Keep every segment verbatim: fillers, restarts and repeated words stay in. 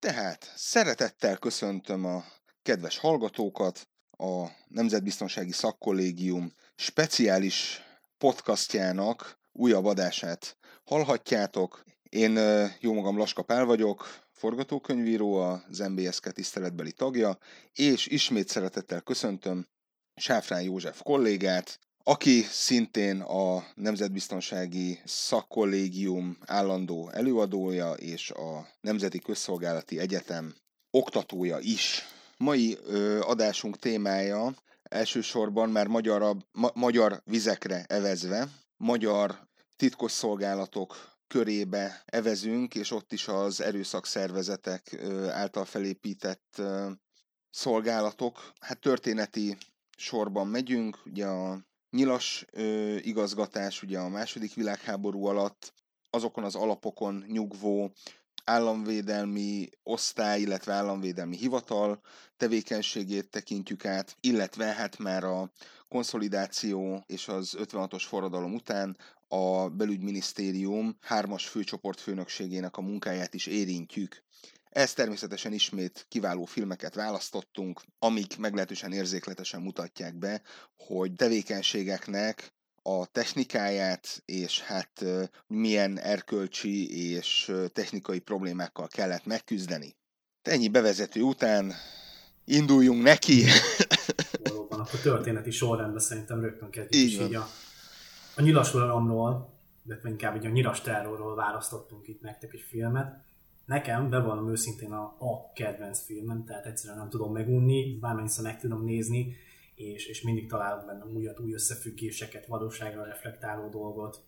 Tehát szeretettel köszöntöm a kedves hallgatókat, a Nemzetbiztonsági Szakkollégium speciális podcastjának újabb adását hallhatjátok. Én jómagam Laska Pál vagyok, forgatókönyvíró, az em bé es ká tiszteletbeli tagja, és ismét szeretettel köszöntöm Sáfrán József kollégát, aki szintén a Nemzetbiztonsági Szakkollégium állandó előadója és a Nemzeti Közszolgálati Egyetem oktatója is. Mai ö, adásunk témája elsősorban már magyarabb, ma, magyar vizekre evezve, magyar titkosszolgálatok körébe evezünk, és ott is az erőszakszervezetek ö, által felépített ö, szolgálatok. Hát történeti sorban megyünk, ugye a nyilas ö, igazgatás ugye a második világháború alatt azokon az alapokon nyugvó államvédelmi osztály, illetve államvédelmi hivatal tevékenységét tekintjük át, illetve hát már a konszolidáció és az ötvenhatos forradalom után a belügyminisztérium hármas főcsoportfőnökségének a munkáját is érintjük. Ezt természetesen ismét kiváló filmeket választottunk, amik meglehetősen érzékletesen mutatják be, hogy tevékenységeknek a technikáját és hát milyen erkölcsi és technikai problémákkal kellett megküzdeni. Ennyi bevezető után induljunk neki! Valóban, akkor történeti sorrendben szerintem rögtön kezdjük is így a, a nyilas uralomról, illetve inkább így a nyilas terrorról választottunk itt nektek egy filmet. Nekem, bevallom őszintén a, a kedvenc filmem, tehát egyszerűen nem tudom megunni, bármennyiszer meg tudom nézni, és, és mindig találok benne újat, új összefüggéseket, valóságra reflektáló dolgot.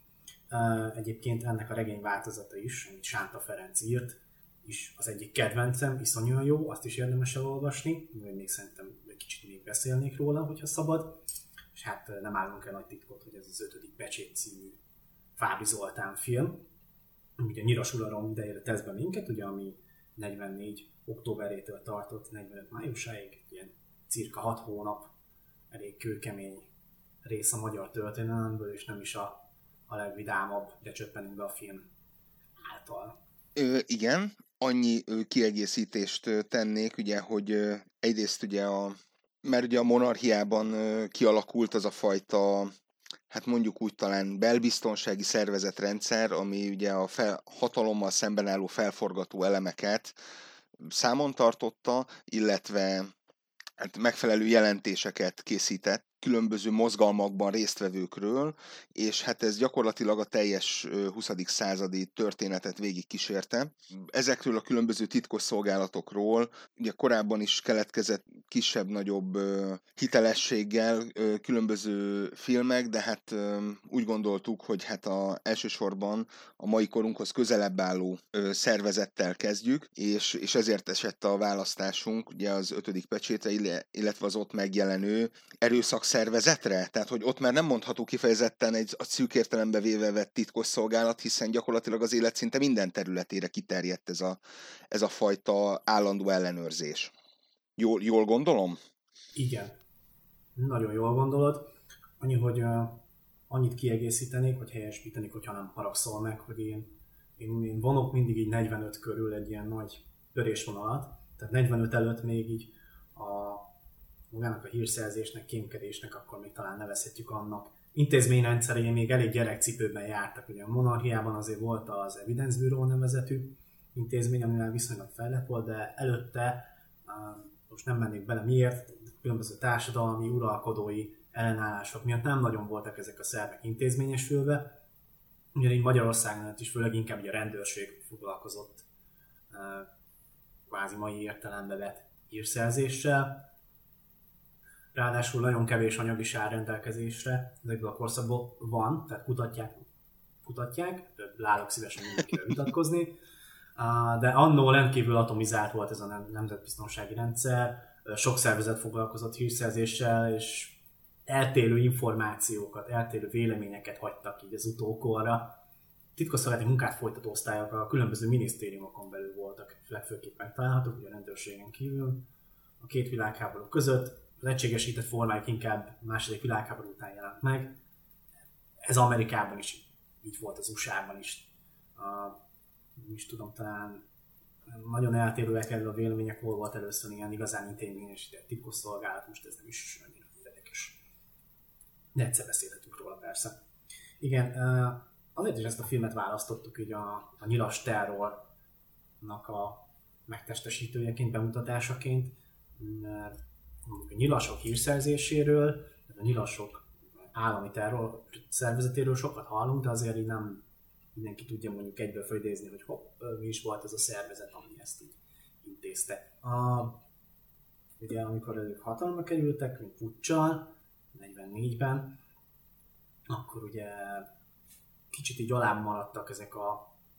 Uh, egyébként ennek a regény változata is, amit Sánta Ferenc írt, is az egyik kedvencem, iszonyúan jó, azt is érdemes elolvasni, még szerintem egy kicsit még beszélnék róla, hogyha szabad. És hát nem állunk el nagy titkot, hogy ez az ötödik pecsét című Fábri Zoltán film. Ugye a nyilas uralom idejére tesz be minket, ugye, ami negyvennégy októberétől tartott negyvenöt májusáig, ilyen cirka hat hónap, elég kőkemény rész a magyar történelemből, és nem is a, a legvidámabb, de csöppenünk be a film által. Ö, igen, annyi ö, kiegészítést ö, tennék, ugye, hogy ö, egyrészt ugye a, mert ugye a monarchiában ö, kialakult az a fajta, hát mondjuk úgy talán belbiztonsági szervezetrendszer, ami ugye a fel, hatalommal szemben álló felforgató elemeket számon tartotta, illetve hát megfelelő jelentéseket készített különböző mozgalmakban résztvevőkről, és hát ez gyakorlatilag a teljes huszadik századi történetet végigkísérte. Ezekről a különböző titkosszolgálatokról ugye korábban is keletkezett kisebb-nagyobb hitelességgel különböző filmek, de hát úgy gondoltuk, hogy hát a, elsősorban a mai korunkhoz közelebb álló szervezettel kezdjük, és, és ezért esett a választásunk ugye az ötödik pecsétre, illetve az ott megjelenő erőszakszervezetre, tehát hogy ott már nem mondható kifejezetten egy a szűk értelembe véve vett titkosszolgálat, hiszen gyakorlatilag az élet szinte minden területére kiterjedt ez a, ez a fajta állandó ellenőrzés. Jól, jól gondolom? Igen, nagyon jól gondolod. Annyi, hogy uh, annyit kiegészítenék, vagy helyesbítenék, hogyha nem haragszol meg, hogy én, én, én vonok mindig így negyvenöt körül egy ilyen nagy törésvonalat, tehát negyvenöt előtt még így a magának a hírszerzésnek, kémkedésnek, akkor még talán nevezhetjük annak. Intézményrendszerei még elég gyerekcipőben jártak. Ugye a monarchiában azért volt az Evidence Bureau nevezetű intézmény, amivel viszonylag fejlett volt, de előtte, most nem mennék bele miért, különböző társadalmi, uralkodói ellenállások miatt nem nagyon voltak ezek a szervek intézményesülve. Ugyanígy Magyarországon is főleg inkább a rendőrség foglalkozott kvázi mai értelembe vett hírszerzéssel. Ráadásul nagyon kevés anyag is áll rendelkezésre, ezekből a korszakból van, tehát kutatják, kutatják, lálok szívesen mindenkivel vitatkozni, de annól rendkívül atomizált volt ez a nemzetbiztonsági rendszer, sok szervezet foglalkozott hírszerzéssel, és eltérő információkat, eltérő véleményeket hagytak így az utókorra. Titkosszolgálati munkát folytató osztályok a különböző minisztériumokon belül voltak, legfőképp megtalálhatók, ugye a rendőrségen kívül, a két világháború között. Az egységesített formájuk inkább a második világháború után jelent meg. Ez Amerikában is így volt, az u es á-ban is. Uh, is tudom, talán nagyon eltérőek erről a vélemények, hol volt először ilyen igazán intézményesített titkosszolgálat, most ez nem is annyira érdekes. De egyszer beszélhetünk róla persze. Igen, azért is ezt a filmet választottuk így a, a nyilas terrornak a megtestesítőjeként, bemutatásaként, mert a nyilasok hírszerzéséről, a nyilasok állami terror szervezetéről sokat hallunk, de azért így nem mindenki tudja mondjuk egyből fölidézni, hogy hopp, mi is volt ez a szervezet, ami ezt így intézte. A, ugye amikor ők hatalomra kerültek, mint puccsal, negyvennégyben, akkor ugye kicsit így alább maradtak ezek a,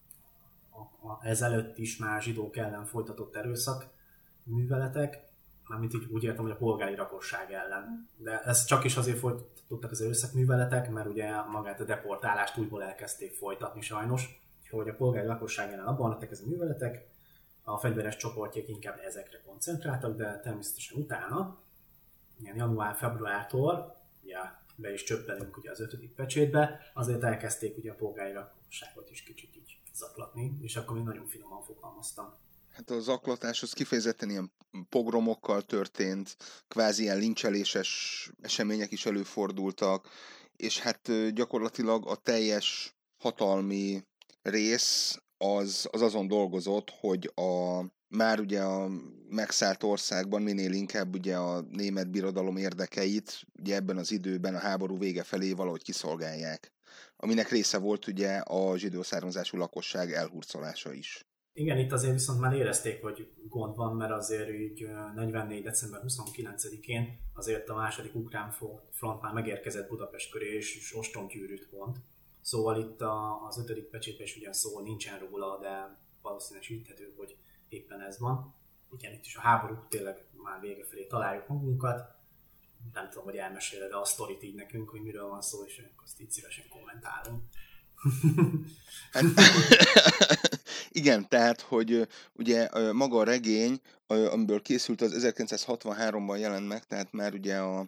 a, a ezelőtt is már zsidók ellen folytatott erőszak műveletek, mármint így úgy értem, hogy a polgári lakosság ellen. De ez csak is azért folytatottak az erőszakműveletek, mert ugye magát a deportálást újból elkezdték folytatni sajnos, hogy a polgári lakosság ellen abban lettek ezek a műveletek, a fegyveres csoportjék inkább ezekre koncentráltak, de természetesen utána, ilyen január-februártól, ugye be is csöppenünk ugye az ötödik pecsétbe, azért elkezdték ugye a polgári lakosságot is kicsit így zaklatni, és akkor még nagyon finoman fogalmaztam. Hát a zaklatás az kifejezetten ilyen pogromokkal történt, kvázi ilyen lincseléses események is előfordultak, és hát gyakorlatilag a teljes hatalmi rész az, az azon dolgozott, hogy a már ugye a megszállt országban minél inkább ugye a német birodalom érdekeit ugye ebben az időben a háború vége felé valahogy kiszolgálják. Aminek része volt ugye a zsidó származású lakosság elhurcolása is. Igen, itt azért viszont már érezték, hogy gond van, mert azért így negyvennégy. december huszonkilencedikén azért a második ukrán front már megérkezett Budapest köré, és ostromgyűrűt vont. Szóval itt az ötödik pecsétben is ugyan szó nincsen róla, de valószínűsíthető, hogy éppen ez van. Igen, itt is a háború tényleg már vége felé találjuk magunkat. Nem tudom, hogy elmeséled a sztorit így nekünk, hogy miről van szó, és azt így szívesen kommentálunk. Igen, tehát, hogy ugye maga a regény, amiből készült, az ezerkilencszázhatvanháromban jelent meg, tehát már ugye a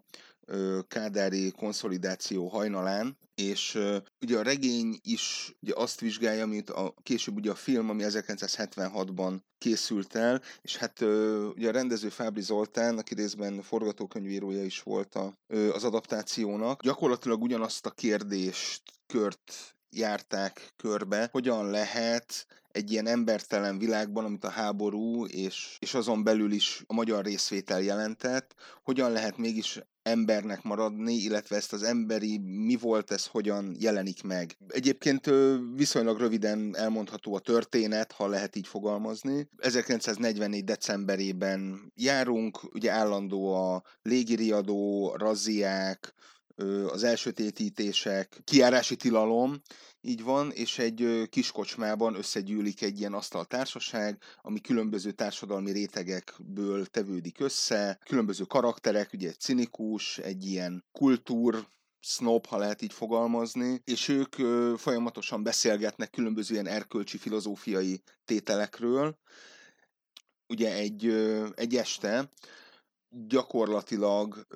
kádári konszolidáció hajnalán, és ugye a regény is ugye azt vizsgálja, amit a, később ugye a film, ami ezerkilencszázhetvenhatban készült el, és hát ugye a rendező Fábri Zoltán, aki részben forgatókönyvírója is volt a, az adaptációnak, gyakorlatilag ugyanazt a kérdést, kört járták körbe, hogyan lehet egy ilyen embertelen világban, amit a háború és, és azon belül is a magyar részvétel jelentett, hogyan lehet mégis embernek maradni, illetve ezt az emberi mi volt, ez hogyan jelenik meg. Egyébként viszonylag röviden elmondható a történet, ha lehet így fogalmazni. ezerkilencszáznegyvennégy decemberében járunk, ugye állandó a légiriadó, razziák, az elsötétítések, kijárási tilalom, így van, és egy kis kocsmában összegyűlik egy ilyen asztaltársaság, ami különböző társadalmi rétegekből tevődik össze, különböző karakterek, ugye egy cinikus, egy ilyen kultúr, sznob, ha lehet így fogalmazni, és ők folyamatosan beszélgetnek különböző ilyen erkölcsi, filozófiai tételekről. Ugye egy, egy este gyakorlatilag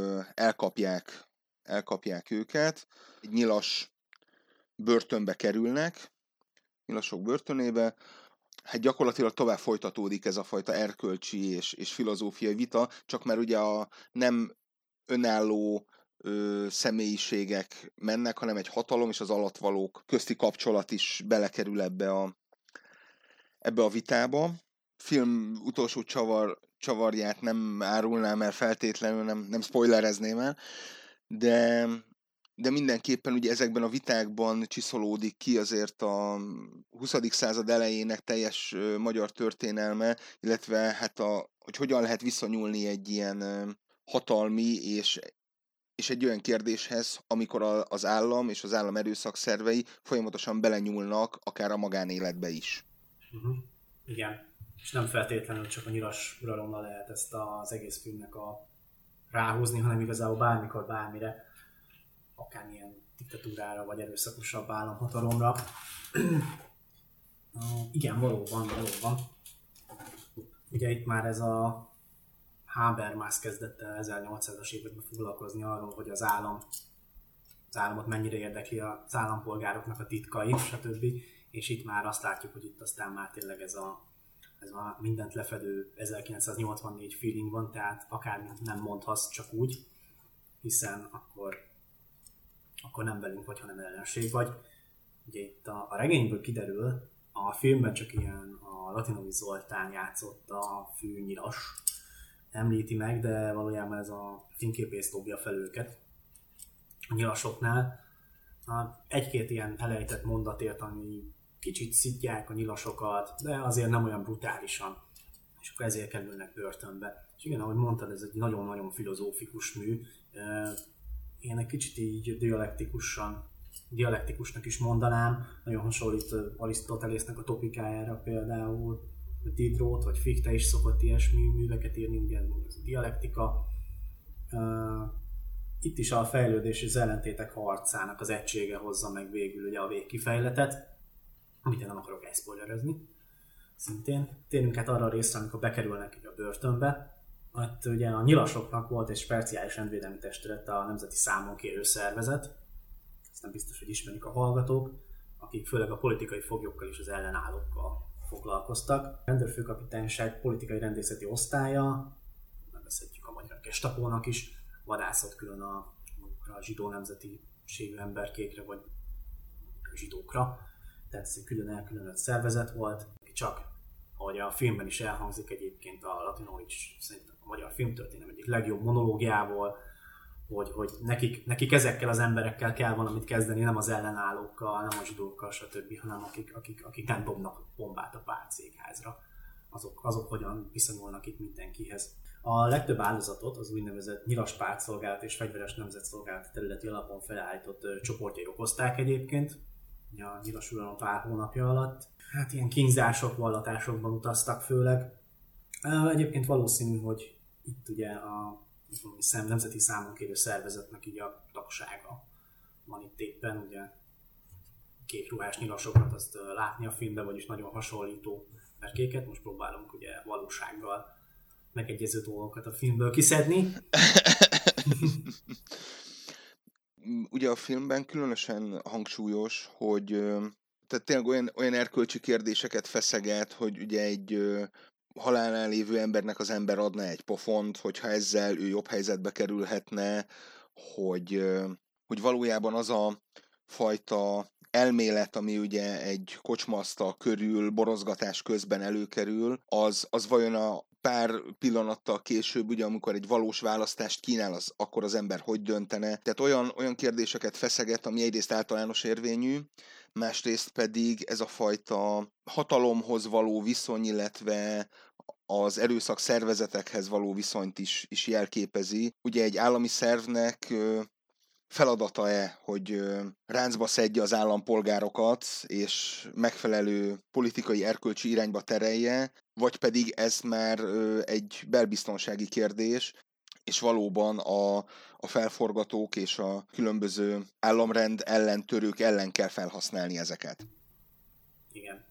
elkapják elkapják őket, egy nyilas börtönbe kerülnek, nyilasok börtönébe, hát gyakorlatilag tovább folytatódik ez a fajta erkölcsi és, és filozófiai vita, csak mert ugye a nem önálló ö, személyiségek mennek, hanem egy hatalom és az alattvalók közti kapcsolat is belekerül ebbe a, ebbe a vitába. Film utolsó csavar, csavarját nem árulnám el feltétlenül, nem, nem spoilerezném el, De, de mindenképpen ugye ezekben a vitákban csiszolódik ki azért a huszadik század elejének teljes magyar történelme, illetve hát a, hogy hogyan lehet viszonyulni egy ilyen hatalmi és, és egy olyan kérdéshez, amikor a, az állam és az állam erőszakszervei folyamatosan belenyúlnak akár a magánéletbe is. Uh-huh. Igen, és nem feltétlenül csak a nyilas uralomra lehet ezt az egész filmnek a ráhúzni, hanem igazából bármikor, bármire, akármilyen diktatúrára vagy erőszakosabb államhatalomra. uh, igen, valóban, valóban. Ugye itt már ez a Habermas kezdett el ezernyolcszázas években foglalkozni arról, hogy az állam, az államot mennyire érdekli az állampolgároknak a titkai, stb. És itt már azt látjuk, hogy itt aztán már tényleg ez a, ez már mindent lefedő ezerkilencszáznyolcvannégy feeling van, tehát akár nem mondhatsz csak úgy, hiszen akkor, akkor nem velünk vagy, hanem ellenség vagy. Ugye itt a, a regényből kiderül, a filmben csak ilyen a Latinovics Zoltán játszott a főnyilas, említi meg, de valójában ez a fényképész dobja fel őket a nyilasoknál. Egy-két ilyen elejtett mondatért, ami kicsit szitják a nyilasokat, de azért nem olyan brutálisan, és akkor ezért kerülnek börtönbe. És igen, ahogy mondtad, ez egy nagyon-nagyon filozófikus mű. Én egy kicsit így dialektikusan, dialektikusnak is mondanám, nagyon hasonlít Arisztotelésznek a topikájára például, Diderot vagy Fichte is szokott ilyesmi műveket írni, ugye ez a dialektika. Itt is a fejlődés és az ellentétek harcának az egysége hozza meg végül ugye a végkifejletet, amit én nem akarok elszpoilerezni. Szintén térjünk át arra a részre, amikor bekerülnek a börtönbe. Hát ugye a nyilasoknak volt egy speciális rendvédelmi testület, a Nemzeti Számonkérő Szervezet. Ezt nem biztos, hogy ismerik a hallgatók, akik főleg a politikai foglyokkal és az ellenállókkal foglalkoztak. A rendőrfőkapitányság politikai rendészeti osztálya, nevezhetjük a magyar Gestapónak is, vadászott külön a, a zsidó nemzetiségű emberkékre, vagy a zsidókra. Tehát ez egy külön elkülönült szervezet volt, csak, ahogy a filmben is elhangzik egyébként a Latinovics, szerintem a magyar filmtörténelem egyik legjobb monológiával, hogy, hogy nekik, nekik ezekkel az emberekkel kell valamit kezdeni, nem az ellenállókkal, nem a zsidókkal, stb., hanem akik, akik, akik nem dobnak bombát a pálcégházra. Azok, azok hogyan viszonyulnak itt mindenkihez. A legtöbb áldozatot az úgynevezett nyilas pártszolgálat és fegyveres nemzetszolgálat területi alapon felállított csoportjai okozták egyébként, a nyilas uralom pár hónapja alatt. Hát ilyen kínzások, vallatásokban utaztak főleg. Egyébként valószínű, hogy itt ugye a Nemzeti Számonkérő Szervezetnek így a tagsága van itt éppen, ugye kék ruhás nyilasokat azt látni a filmben, vagyis nagyon hasonlító merkéket. Most próbálunk ugye valósággal megegyező dolgokat a filmből kiszedni. Ugye a filmben különösen hangsúlyos, hogy tehát tényleg olyan, olyan erkölcsi kérdéseket feszeget, hogy ugye egy halálnál lévő embernek az ember adna egy pofont, hogyha ezzel ő jobb helyzetbe kerülhetne, hogy, hogy valójában az a fajta elmélet, ami ugye egy kocsmaasztal körül borozgatás közben előkerül, az, az vajon a pár pillanattal később, ugye, amikor egy valós választást kínál, az, akkor az ember hogy döntene. Tehát olyan, olyan kérdéseket feszeget, ami egyrészt általános érvényű, másrészt pedig ez a fajta hatalomhoz való viszony, illetve az erőszak szervezetekhez való viszonyt is, is jelképezi. Ugye egy állami szervnek feladata-e, hogy ráncba szedje az állampolgárokat, és megfelelő politikai erkölcsi irányba terelje, vagy pedig ez már egy belbiztonsági kérdés, és valóban a, a felforgatók és a különböző államrend ellentörők ellen kell felhasználni ezeket. Igen.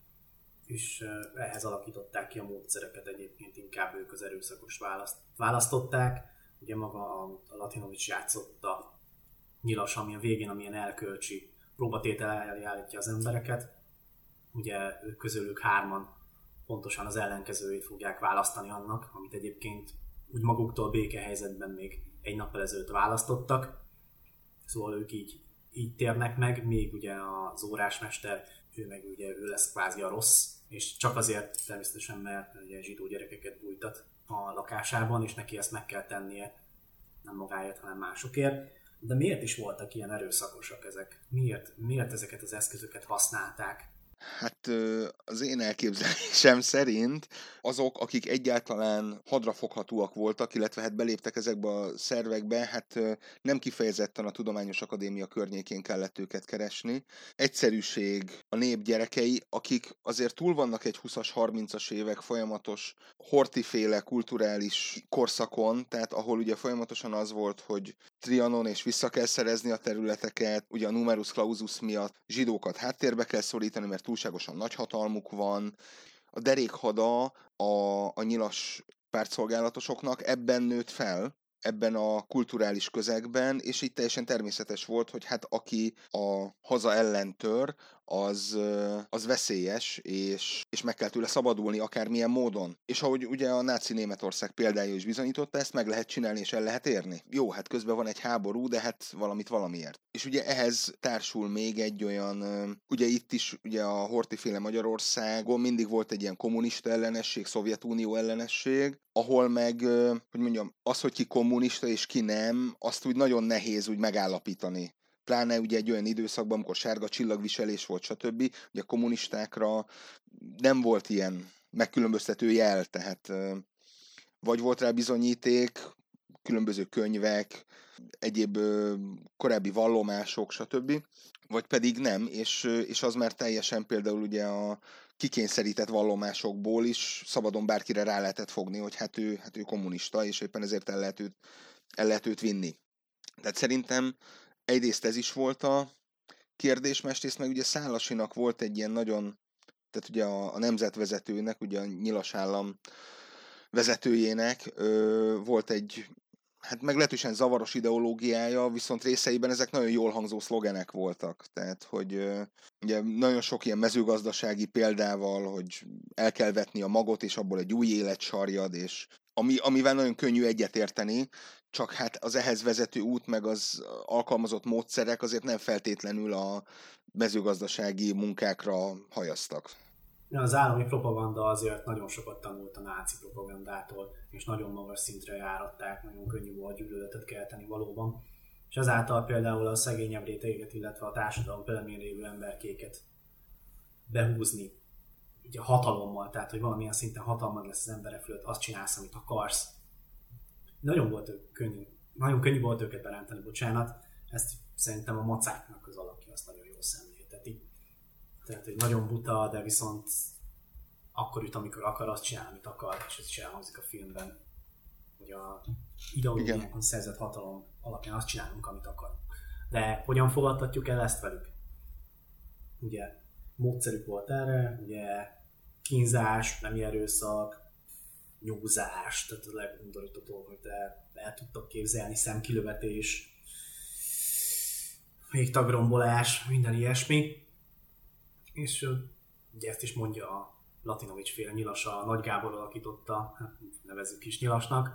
És ehhez alakították ki a módszereket, egyébként inkább ők az erőszakos választ, választották. Ugye maga a Latinovics játszotta nyilas, ami a végén, amilyen elkölcsi próbatétel elé állítja az embereket. Ugye ők közülük hárman pontosan az ellenkezőjét fogják választani annak, amit egyébként úgy maguktól békehelyzetben még egy nappal ezelőtt választottak. Szóval ők így, így térnek meg, még ugye az órásmester, ő meg ugye ő lesz kvázi a rossz, és csak azért természetesen, mert ugye zsidó gyerekeket bújtat a lakásában, és neki ezt meg kell tennie, nem magáért, hanem másokért. De miért is voltak ilyen erőszakosak ezek? Miért, miért ezeket az eszközöket használták? Hát az én elképzelésem szerint azok, akik egyáltalán hadrafoghatóak voltak, illetve hát beléptek ezekbe a szervekbe, hát nem kifejezetten a Tudományos Akadémia környékén kellett őket keresni. Egyszerűség, a nép gyerekei, akik azért túl vannak egy húszas, harmincas évek folyamatos hortiféle kulturális korszakon, tehát ahol ugye folyamatosan az volt, hogy Trianon és vissza kell szerezni a területeket, ugye a numerus clausus miatt zsidókat háttérbe kell szorítani, mert túlságosan nagy hatalmuk van. A derékhada a, a nyilas pártszolgálatosoknak ebben nőtt fel, ebben a kulturális közegben, és így teljesen természetes volt, hogy hát aki a haza ellen tör, az, az veszélyes, és, és meg kell tőle szabadulni akármilyen módon. És ahogy ugye a náci Németország példája is bizonyította, ezt meg lehet csinálni és el lehet érni. Jó, hát közben van egy háború, de hát valamit valamiért. És ugye ehhez társul még egy olyan, ugye itt is ugye a Horthy-féle Magyarországon mindig volt egy ilyen kommunista ellenesség, Szovjetunió ellenesség, ahol meg, hogy mondjam, az, hogy ki kommunista és ki nem, azt úgy nagyon nehéz úgy megállapítani. Pláne ugye egy olyan időszakban, amikor sárga csillagviselés volt, stb. Ugye a kommunistákra nem volt ilyen megkülönböztető jel, tehát vagy volt rá bizonyíték, különböző könyvek, egyéb korábbi vallomások, stb. Vagy pedig nem, és, és az már teljesen például ugye a kikényszerített vallomásokból is szabadon bárkire rá lehetett fogni, hogy hát ő, hát ő kommunista, és éppen ezért el lehet őt, el lehet őt vinni. Tehát szerintem egyrészt ez is volt a kérdés, másrészt meg ugye Szálasinak volt egy ilyen nagyon, tehát ugye a, a nemzetvezetőnek, ugye a nyilas állam vezetőjének ö, volt egy, hát meglehetősen zavaros ideológiája, viszont részeiben ezek nagyon jól hangzó szlogenek voltak. Tehát, hogy ö, ugye nagyon sok ilyen mezőgazdasági példával, hogy el kell vetni a magot, és abból egy új élet sarjad, és ami, amivel nagyon könnyű egyetérteni, csak hát az ehhez vezető út, meg az alkalmazott módszerek azért nem feltétlenül a mezőgazdasági munkákra hajaztak. Az állami propaganda azért nagyon sokat tanult a náci propagandától, és nagyon magas szintre járatták, nagyon könnyű volt gyűlöletet kelteni valóban. És ezáltal például a szegényebb rétegeket, illetve a társadalom peremén lévő emberkéket behúzni ugye hatalommal, tehát hogy valamilyen szinten hatalmad lesz az emberek fölött, azt csinálsz, amit akarsz. Nagyon volt könnyű, nagyon könnyű volt őket berántani, bocsánat, ezt szerintem a macáknak az alakja azt nagyon jól szemlélteti. Tehát, hogy nagyon buta, de viszont akkor üt, amikor akar, azt csinál, amit akar, és ez is elhangzik a filmben, hogy a ideológiákon szerzett hatalom alapján azt csinálunk, amit akarunk. De hogyan fogadtatjuk el ezt velük? Ugye módszerük volt erre, ugye kínzás, nemi erőszak, nyúzás, tehát a legundorított dolog, hogy te el tudtak képzelni, szemkilövetés, végtagrombolás, minden ilyesmi. És ugye ezt is mondja a Latinovics féle nyilas, a Nagy Gábor alakította, hát nevezzük is nyilasnak,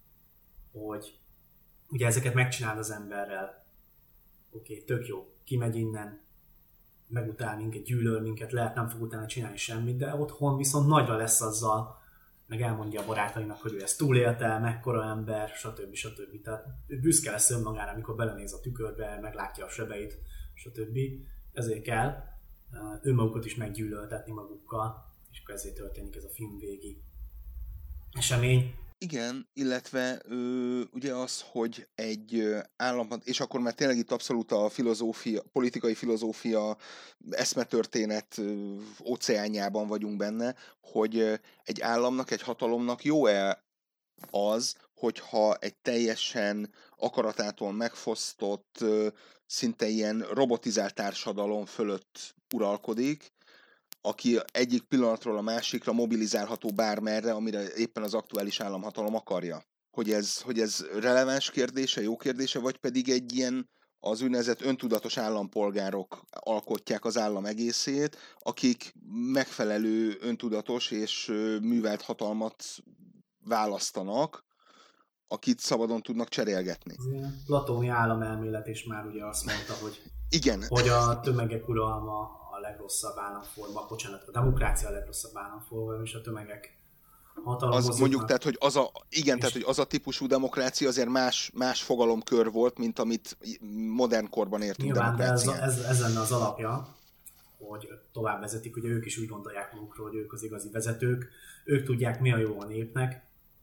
hogy ugye ezeket megcsináld az emberrel, oké, okay, tök jó, kimegy innen, megutál minket, gyűlöl minket, lehet nem fog utána csinálni semmit, de otthon viszont nagyra lesz azzal, meg elmondja a barátainak, hogy ő ezt túlélte, mekkora ember, stb. stb. Tehát ő büszke lesz önmagára, amikor belenéz a tükörbe, meglátja a sebeit, stb. Ezért kell önmagukat is meggyűlöltetni magukkal, és akkor ezért történik ez a film végi esemény. Igen, illetve ö, ugye az, hogy egy államban, és akkor már tényleg itt abszolút a filozófia, politikai filozófia eszmetörténet ö, óceánjában vagyunk benne, hogy ö, egy államnak, egy hatalomnak jó-e az, hogyha egy teljesen akaratától megfosztott, ö, szinte ilyen robotizált társadalom fölött uralkodik, aki egyik pillanatról a másikra mobilizálható bármerre, amire éppen az aktuális államhatalom akarja. Hogy ez, hogy ez releváns kérdése, jó kérdése, vagy pedig egy ilyen az úgynevezett öntudatos állampolgárok alkotják az állam egészét, akik megfelelő öntudatos és művelt hatalmat választanak, akit szabadon tudnak cserélgetni. Platóni államelmélet is már ugye azt mondta, hogy, igen. hogy a tömegek uralma a legrosszabb államforma, bocsánat, a demokrácia a legrosszabb államforma, és a tömegek hatalmazóknak. Az mondjuk, tehát, hogy az a, igen, tehát, hogy az a típusú demokrácia azért más, más fogalomkör volt, mint amit modern korban értünk demokráciát. Nyilván, ez, ez, ez lenne az alapja, hogy tovább vezetik, ugye ők is úgy gondolják magukról, hogy ők az igazi vezetők, ők tudják, mi a jó a népnek,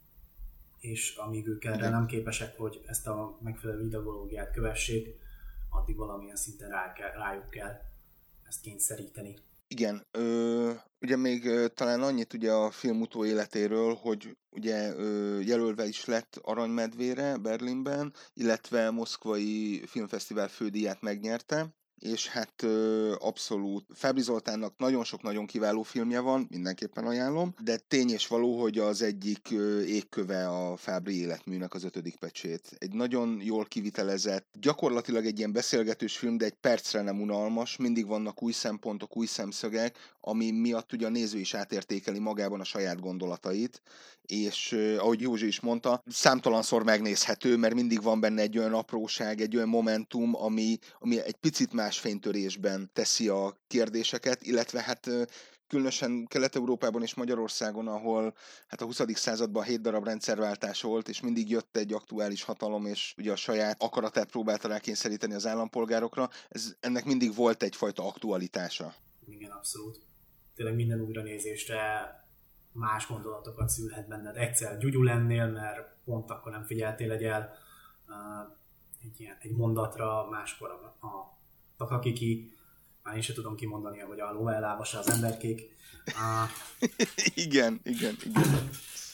és amíg ők erre nem képesek, hogy ezt a megfelelő ideológiát kövessék, addig valamilyen szinten rá kell, rájuk kell ezt kényszeríteni. Igen, ö, ugye még ö, talán annyit ugye a film utóéletéről, hogy ugye ö, jelölve is lett Aranymedvére Berlinben, illetve Moszkvai Filmfesztivál fődíját megnyerte, és hát abszolút Fábry Zoltánnak nagyon sok nagyon kiváló filmje van, mindenképpen ajánlom, de tény és való, hogy az egyik égköve a Fábry életműnek az ötödik pecsét. Egy nagyon jól kivitelezett, gyakorlatilag egy ilyen beszélgetős film, de egy percre nem unalmas, mindig vannak új szempontok, új szemszögek, ami miatt ugye a néző is átértékeli magában a saját gondolatait, és ahogy Józsi is mondta, számtalanszor megnézhető, mert mindig van benne egy olyan apróság, egy olyan momentum, ami, ami egy picit más fénytörésben teszi a kérdéseket, illetve hát különösen Kelet-Európában és Magyarországon, ahol hát a huszadik században hét darab rendszerváltás volt, és mindig jött egy aktuális hatalom, és ugye a saját akaratát próbálta rákényszeríteni az állampolgárokra, ez, ennek mindig volt egyfajta aktualitása. Igen, abszolút. Tényleg minden újranézésre más gondolatokat szülhet benned. Egyszer gyugyú lennél, mert pont akkor nem figyeltél egy el uh, egy, ilyen, egy mondatra, máskor a, a Takakiki, már én sem tudom kimondani, hogy a Lovellábasa az emberkék. Uh, igen, igen, igen.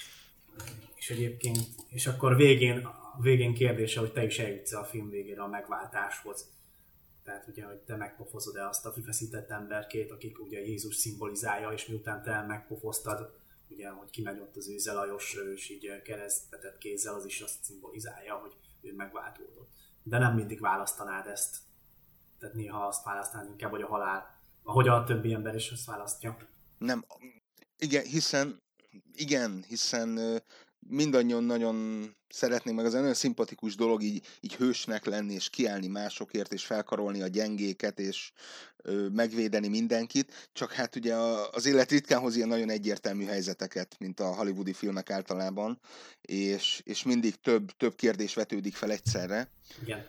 És egyébként, és akkor végén, végén kérdése, hogy te is eljutsz a film végére a megváltáshoz. Tehát ugye, hogy te megpofozod-e azt a kifeszített emberkét, akik ugye Jézus szimbolizálja, és miután te megpofoztad, ugye, hogy kimegy ott az Őze Lajos, és így keresztbetett kézzel, az is azt szimbolizálja, hogy ő megváltódott. De nem mindig választanád ezt. Tehát néha azt választanád inkább, hogy a halál, ahogy a többi ember is azt választja. Nem, igen, hiszen, igen, hiszen mindannyian nagyon szeretnénk, meg az nagyon szimpatikus dolog így, így hősnek lenni, és kiállni másokért, és felkarolni a gyengéket, és ö, megvédeni mindenkit, csak hát ugye az élet ritkán hoz ilyen nagyon egyértelmű helyzeteket, mint a hollywoodi filmek általában, és, és mindig több, több kérdés vetődik fel egyszerre. Igen.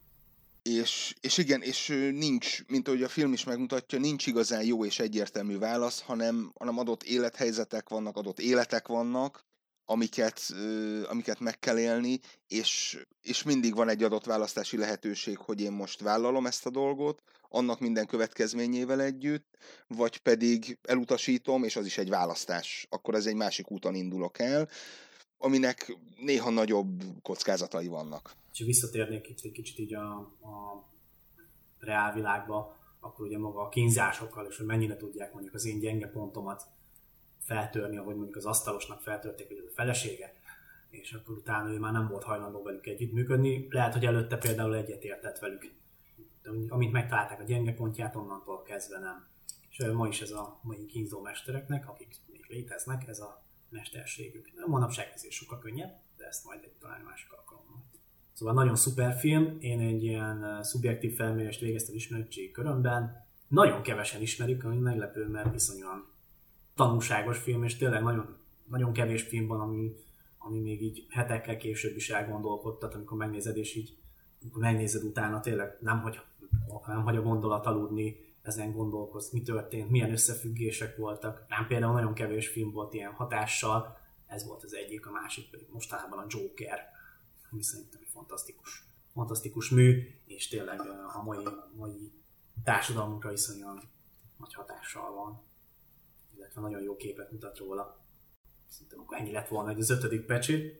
És, és igen, és nincs, mint ahogy a film is megmutatja, nincs igazán jó és egyértelmű válasz, hanem, hanem adott élethelyzetek vannak, adott életek vannak, amiket, amiket meg kell élni, és, és mindig van egy adott választási lehetőség, hogy én most vállalom ezt a dolgot, annak minden következményével együtt, vagy pedig elutasítom, és az is egy választás. Akkor ez egy másik úton indulok el, aminek néha nagyobb kockázatai vannak. És visszatérnék itt egy kicsit így a, a reálvilágba, akkor ugye maga a kínzásokkal, és hogy mennyire tudják mondjuk az én gyenge pontomat feltörni, ahogy mondjuk az asztalosnak feltörték, hogy a felesége, és akkor utána ő már nem volt hajlandó velük együttműködni. Lehet, hogy előtte például egyetértett velük. De amint megtalálták a gyenge pontját, onnantól kezdve nem. És ma is ez a mai kínzó mestereknek, akik még léteznek, ez a mesterségük. Nem manapság ez is sokkal könnyebb, de ezt majd egy talán másik alkalommal. Szóval nagyon szuper film, én egy ilyen szubjektív felmérést végeztem ismeretségi körömben. Nagyon kevesen ismerik, ami meglepő, mert viszonylag tanulságos film, és tényleg nagyon, nagyon kevés film van, ami, ami még így hetekkel később is elgondolkodtat, amikor megnézed, és így amikor megnézed utána, tényleg nem hagy, nem hagy a gondolat aludni, ezen gondolkozz, mi történt, milyen összefüggések voltak. Rám például nagyon kevés film volt ilyen hatással, ez volt az egyik, a másik pedig mostanában a Joker, ami szerintem egy fantasztikus, fantasztikus mű, és tényleg a mai, mai társadalmunkra iszonyan nagy hatással van, illetve nagyon jó képet mutat róla. Szerintem akkor ennyi lett volna, hogy az ötödik pecsét.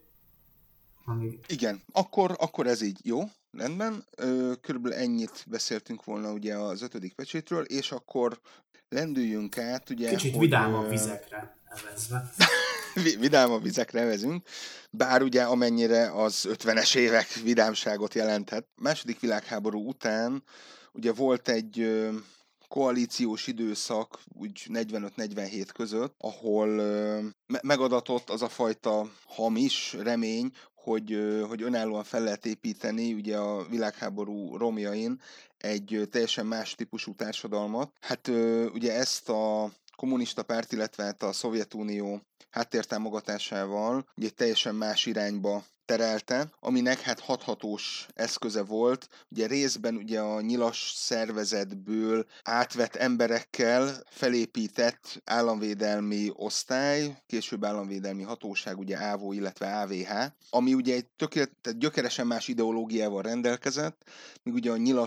Ami... Igen, akkor, akkor ez így jó, rendben. Körülbelül ennyit beszéltünk volna ugye az ötödik pecsétről, és akkor lendüljünk át, ugye... Kicsit hogy, vidámabb vizekre evezve. Vidámabb vizekre evezünk, bár ugye amennyire az ötvenes évek vidámságot jelenthet. A második világháború után ugye volt egy koalíciós időszak, úgy negyvenöt-negyvenhét között, ahol me- megadatott az a fajta hamis remény, hogy, hogy önállóan fel lehet építeni ugye a világháború romjain egy teljesen más típusú társadalmat. Hát ugye ezt a kommunista párt, illetve hát a Szovjetunió háttértámogatásával ugye egy teljesen más irányba terelte, aminek hát hathatós eszköze volt. Ugye részben ugye a nyilas szervezetből átvett emberekkel felépített államvédelmi osztály, később államvédelmi hatóság, ugye ÁVO, illetve á vé há, ami ugye egy tökélet, gyökeresen más ideológiával rendelkezett, míg ugye a nyilas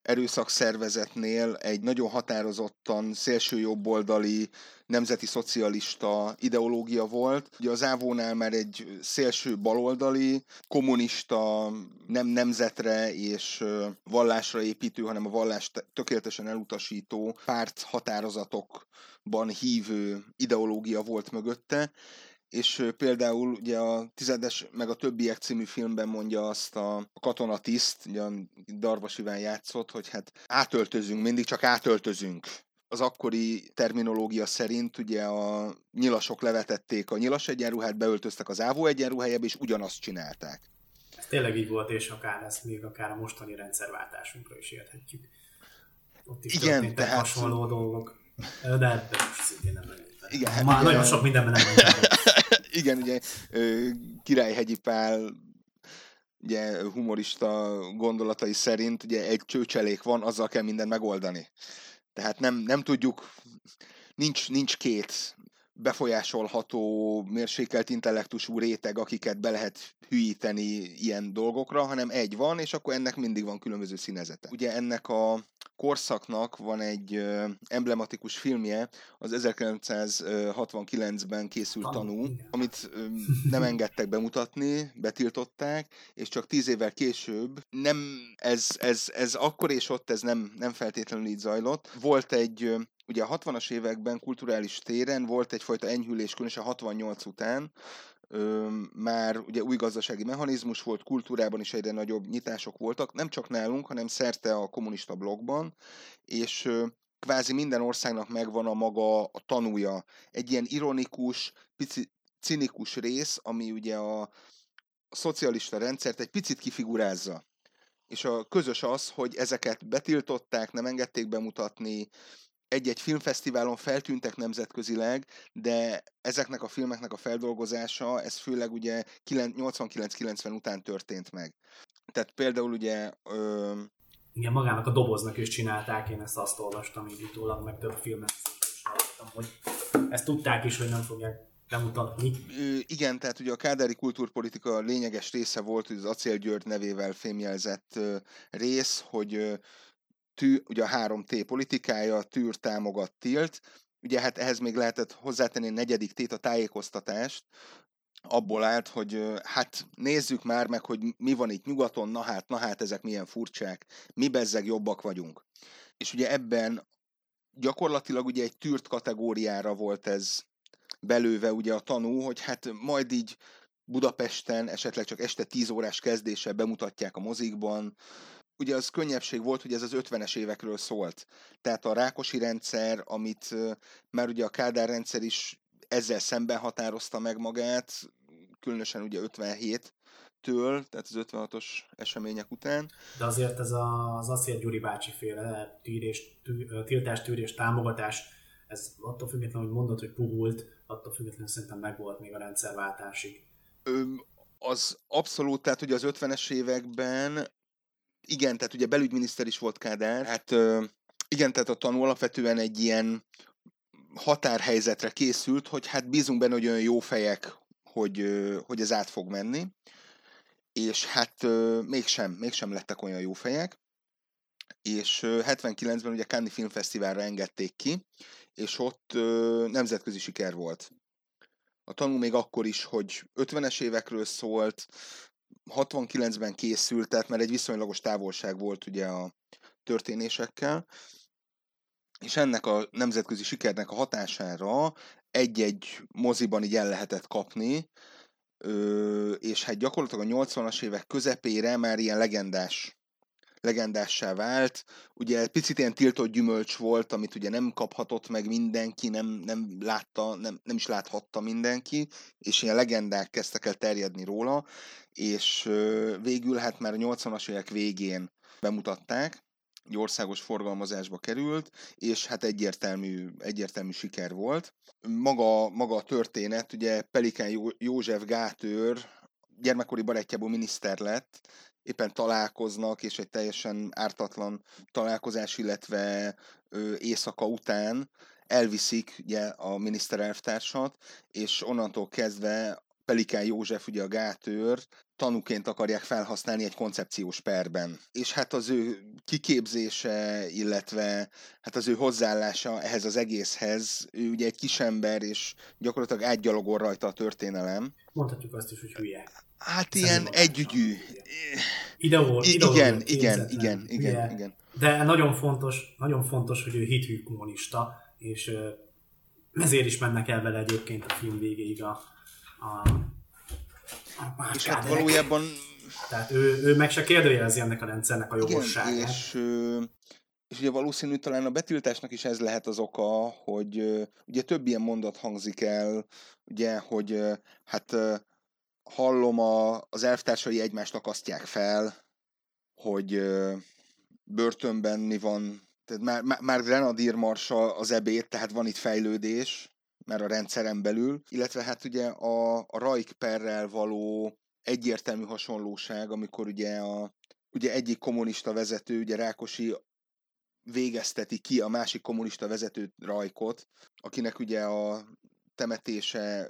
erőszakszervezetnél egy nagyon határozottan szélsőjobboldali nemzeti szocialista ideológia volt. Ugye az ávónál már egy szélső baloldali, kommunista, nem nemzetre és vallásra építő, hanem a vallást tökéletesen elutasító párt határozatokban hívő ideológia volt mögötte. És például ugye a Tizedes meg a többiek című filmben mondja azt a katonatiszt, ugye Darvas Iván játszott, hogy hát átöltözünk, mindig csak átöltözünk. Az akkori terminológia szerint ugye a nyilasok levetették a nyilas egyenruhát, beöltöztek az ávó egyenruhájába, és ugyanazt csinálták. Ez tényleg így volt, és akár ezt még akár a mostani rendszerváltásunkra is érthetjük. Ott is igen, tehát... hasonló dolgok, de ebben most szintén nem nagyon. Igen, hát már ugye, nagyon sok mindenben nem mondtam. Igen, ugye Királyhegyi Pál ugye, humorista gondolatai szerint ugye egy csőcselék van, azzal kell mindent megoldani. Tehát nem, nem tudjuk, nincs, nincs két befolyásolható, mérsékelt intellektusú réteg, akiket be lehet hülyíteni ilyen dolgokra, hanem egy van, és akkor ennek mindig van különböző színezete. Ugye ennek a korszaknak van egy ö, emblematikus filmje, az ezerkilencszázhatvankilencben készült Tanú, amit ö, nem engedtek bemutatni, betiltották, és csak tíz évvel később nem, ez, ez, ez akkor és ott ez nem, nem feltétlenül így zajlott. Volt egy, ö, ugye a hatvanas években kulturális téren volt egyfajta enyhülés, különösen hatvannyolc után, Ö, már ugye új gazdasági mechanizmus volt, kultúrában is egyre nagyobb nyitások voltak, nem csak nálunk, hanem szerte a kommunista blokkban, és ö, kvázi minden országnak megvan a maga a tanúja. Egy ilyen ironikus, pici, cinikus rész, ami ugye a, a szocialista rendszert egy picit kifigurázza. És a közös az, hogy ezeket betiltották, nem engedték bemutatni, egy-egy filmfesztiválon feltűntek nemzetközileg, de ezeknek a filmeknek a feldolgozása, ez főleg ugye nyolcvankilenc-kilencven után történt meg. Tehát például ugye... Ö... Igen, magának a doboznak is csinálták, én ezt azt olvastam így utólag, meg több filmet is hallottam, hogy ezt tudták is, hogy nem fogják bemutatni. Ö, igen, tehát ugye a kádári kultúrpolitika lényeges része volt, hogy az Acél György nevével fémjelzett ö, rész, hogy ö, Tű, ugye a három té politikája, tűr, támogat, tilt. Ugye hát ehhez még lehetett hozzátenni a negyedik tét, a tájékoztatást. Abból állt, hogy hát nézzük már meg, hogy mi van itt nyugaton, na hát, na hát, ezek milyen furcsák, mi bezzeg jobbak vagyunk. És ugye ebben gyakorlatilag ugye egy tűrt kategóriára volt ez belőve ugye a tanú, hogy hát majd így Budapesten esetleg csak este tíz órás kezdéssel bemutatják a mozikban. Ugye az könnyebbség volt, hogy ez az ötvenes évekről szólt. Tehát a Rákosi rendszer, amit uh, már ugye a Kádár rendszer is ezzel szemben határozta meg magát, különösen ugye ötvenhéttől, tehát az ötvenhatos események után. De azért ez a, az Acél Gyuri bácsi féle tűrés, tű, tiltás, tűrés, támogatás, ez attól függetlenül, hogy mondod, hogy puhult, attól függetlenül szerintem megvolt még a rendszerváltásig. Ö, az abszolút, tehát ugye az ötvenes években igen, tehát ugye belügyminiszter is volt Kádár. Hát igen, tehát a tanú alapvetően egy ilyen határhelyzetre készült, hogy hát bízunk benne, hogy olyan jó fejek, hogy, hogy ez át fog menni. És hát mégsem, mégsem lettek olyan jó fejek. És hetvenkilencben ugye Cannes Filmfesztiválra engedték ki, és ott nemzetközi siker volt. A tanú még akkor is, hogy ötvenes évekről szólt, hatvankilencben készült, tehát már egy viszonylagos távolság volt ugye a történésekkel, és ennek a nemzetközi sikernek a hatására egy-egy moziban így el lehetett kapni, és hát gyakorlatilag a nyolcvanas évek közepére már ilyen legendás, legendássá vált. Ugye picit ilyen tiltott gyümölcs volt, amit ugye nem kaphatott meg mindenki, nem, nem látta, nem, nem is láthatta mindenki, és ilyen legendák kezdtek el terjedni róla, és végül hát már a nyolcvanas évek végén bemutatták, egy országos forgalmazásba került, és hát egyértelmű, egyértelmű siker volt. Maga, maga a történet, ugye Pelikán József gátőr gyermekkori barátjából miniszter lett, éppen találkoznak, és egy teljesen ártatlan találkozás, illetve ö, éjszaka után elviszik ugye, a miniszterelvtársat, és onnantól kezdve Pelikán József, ugye a gátőr, tanúként akarják felhasználni egy koncepciós perben. És hát az ő kiképzése, illetve hát az ő hozzáállása ehhez az egészhez, ő ugye egy kisember, és gyakorlatilag átgyalogol rajta a történelem. Mondhatjuk azt is, hogy hülye. Hát ilyen együgyű. Ideol, igen, igen, igen, igen, igen. De nagyon fontos, nagyon fontos, hogy ő hithű kommunista, és ezért is mennek el vele egyébként a film végéig a, a, a és hát valójában... Tehát ő, ő meg se kérdőjelezi ennek a rendszernek a jogosságát. Igen, és, és ugye valószínű talán a betiltásnak is ez lehet az oka, hogy ugye több ilyen mondat hangzik el, ugye, hogy hát hallom a, az elvtársai egymást akasztják fel, hogy börtönben mi van, tehát már, már, már Grenadier Marsal az ebéd, tehát van itt fejlődés, mert a rendszeren belül, illetve hát ugye a, a Reich-perrel való egyértelmű hasonlóság, amikor ugye, a, ugye egyik kommunista vezető, ugye Rákosi végezteti ki a másik kommunista vezető Reichot, akinek ugye a temetése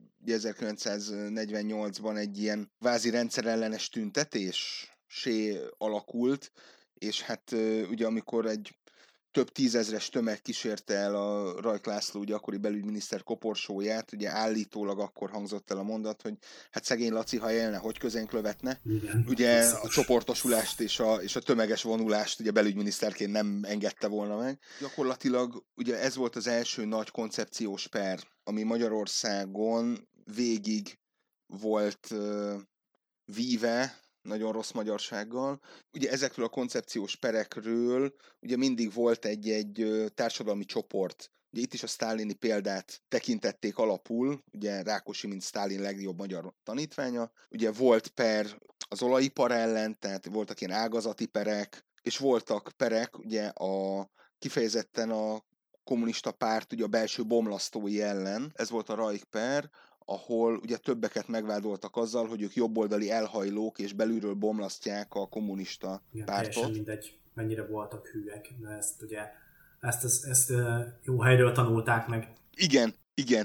ezerkilencszáznegyvennyolcban egy ilyen vázi rendszerellenes tüntetésé alakult, és hát ugye amikor egy több tízezres tömeg kísérte el a Reich László, ugye akkori belügyminiszter koporsóját, ugye állítólag akkor hangzott el a mondat, hogy hát szegény Laci, ha élne, hogy közénk lövetne. Igen, ugye a csoportosulást és a, és a tömeges vonulást ugye belügyminiszterként nem engedte volna meg. Gyakorlatilag ugye ez volt az első nagy koncepciós per, ami Magyarországon végig volt uh, víve, nagyon rossz magyarsággal. Ugye ezekről a koncepciós perekről ugye mindig volt egy-egy társadalmi csoport. Ugye itt is a sztálini példát tekintették alapul, ugye Rákosi, mint Sztálin legjobb magyar tanítványa. Ugye volt per az olajipar ellen, tehát voltak ilyen ágazati perek, és voltak perek ugye a kifejezetten a kommunista párt ugye a belső bomlasztói ellen. Ez volt a Reich per, ahol ugye többeket megvádoltak azzal, hogy ők jobboldali elhajlók, és belülről bomlasztják a kommunista igen, pártot. Teljesen mindegy, mennyire voltak hűek, de ezt ugye ezt, ezt, ezt jó helyről tanulták meg. Igen, igen.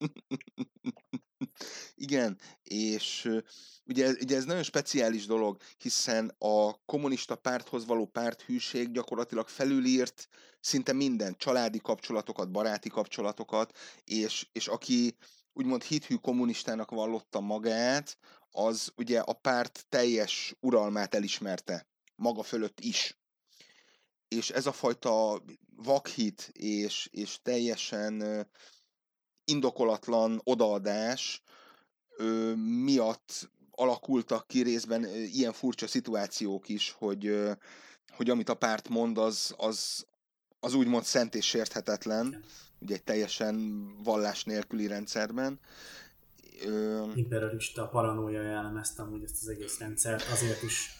Igen, és ugye, ugye ez nagyon speciális dolog, hiszen a kommunista párthoz való párthűség gyakorlatilag felülírt szinte minden, családi kapcsolatokat, baráti kapcsolatokat, és, és aki úgymond hithű kommunistának vallotta magát, az ugye a párt teljes uralmát elismerte, maga fölött is. És ez a fajta vakhit és, és teljesen indokolatlan odaadás ö, miatt alakultak ki részben ö, ilyen furcsa szituációk is, hogy, ö, hogy amit a párt mond, az, az, az úgymond szent és sérthetetlen, ugye egy teljesen vallás nélküli rendszerben. Ö... Imperialista paranoia jellemezte amúgy ezt az egész rendszert, azért is,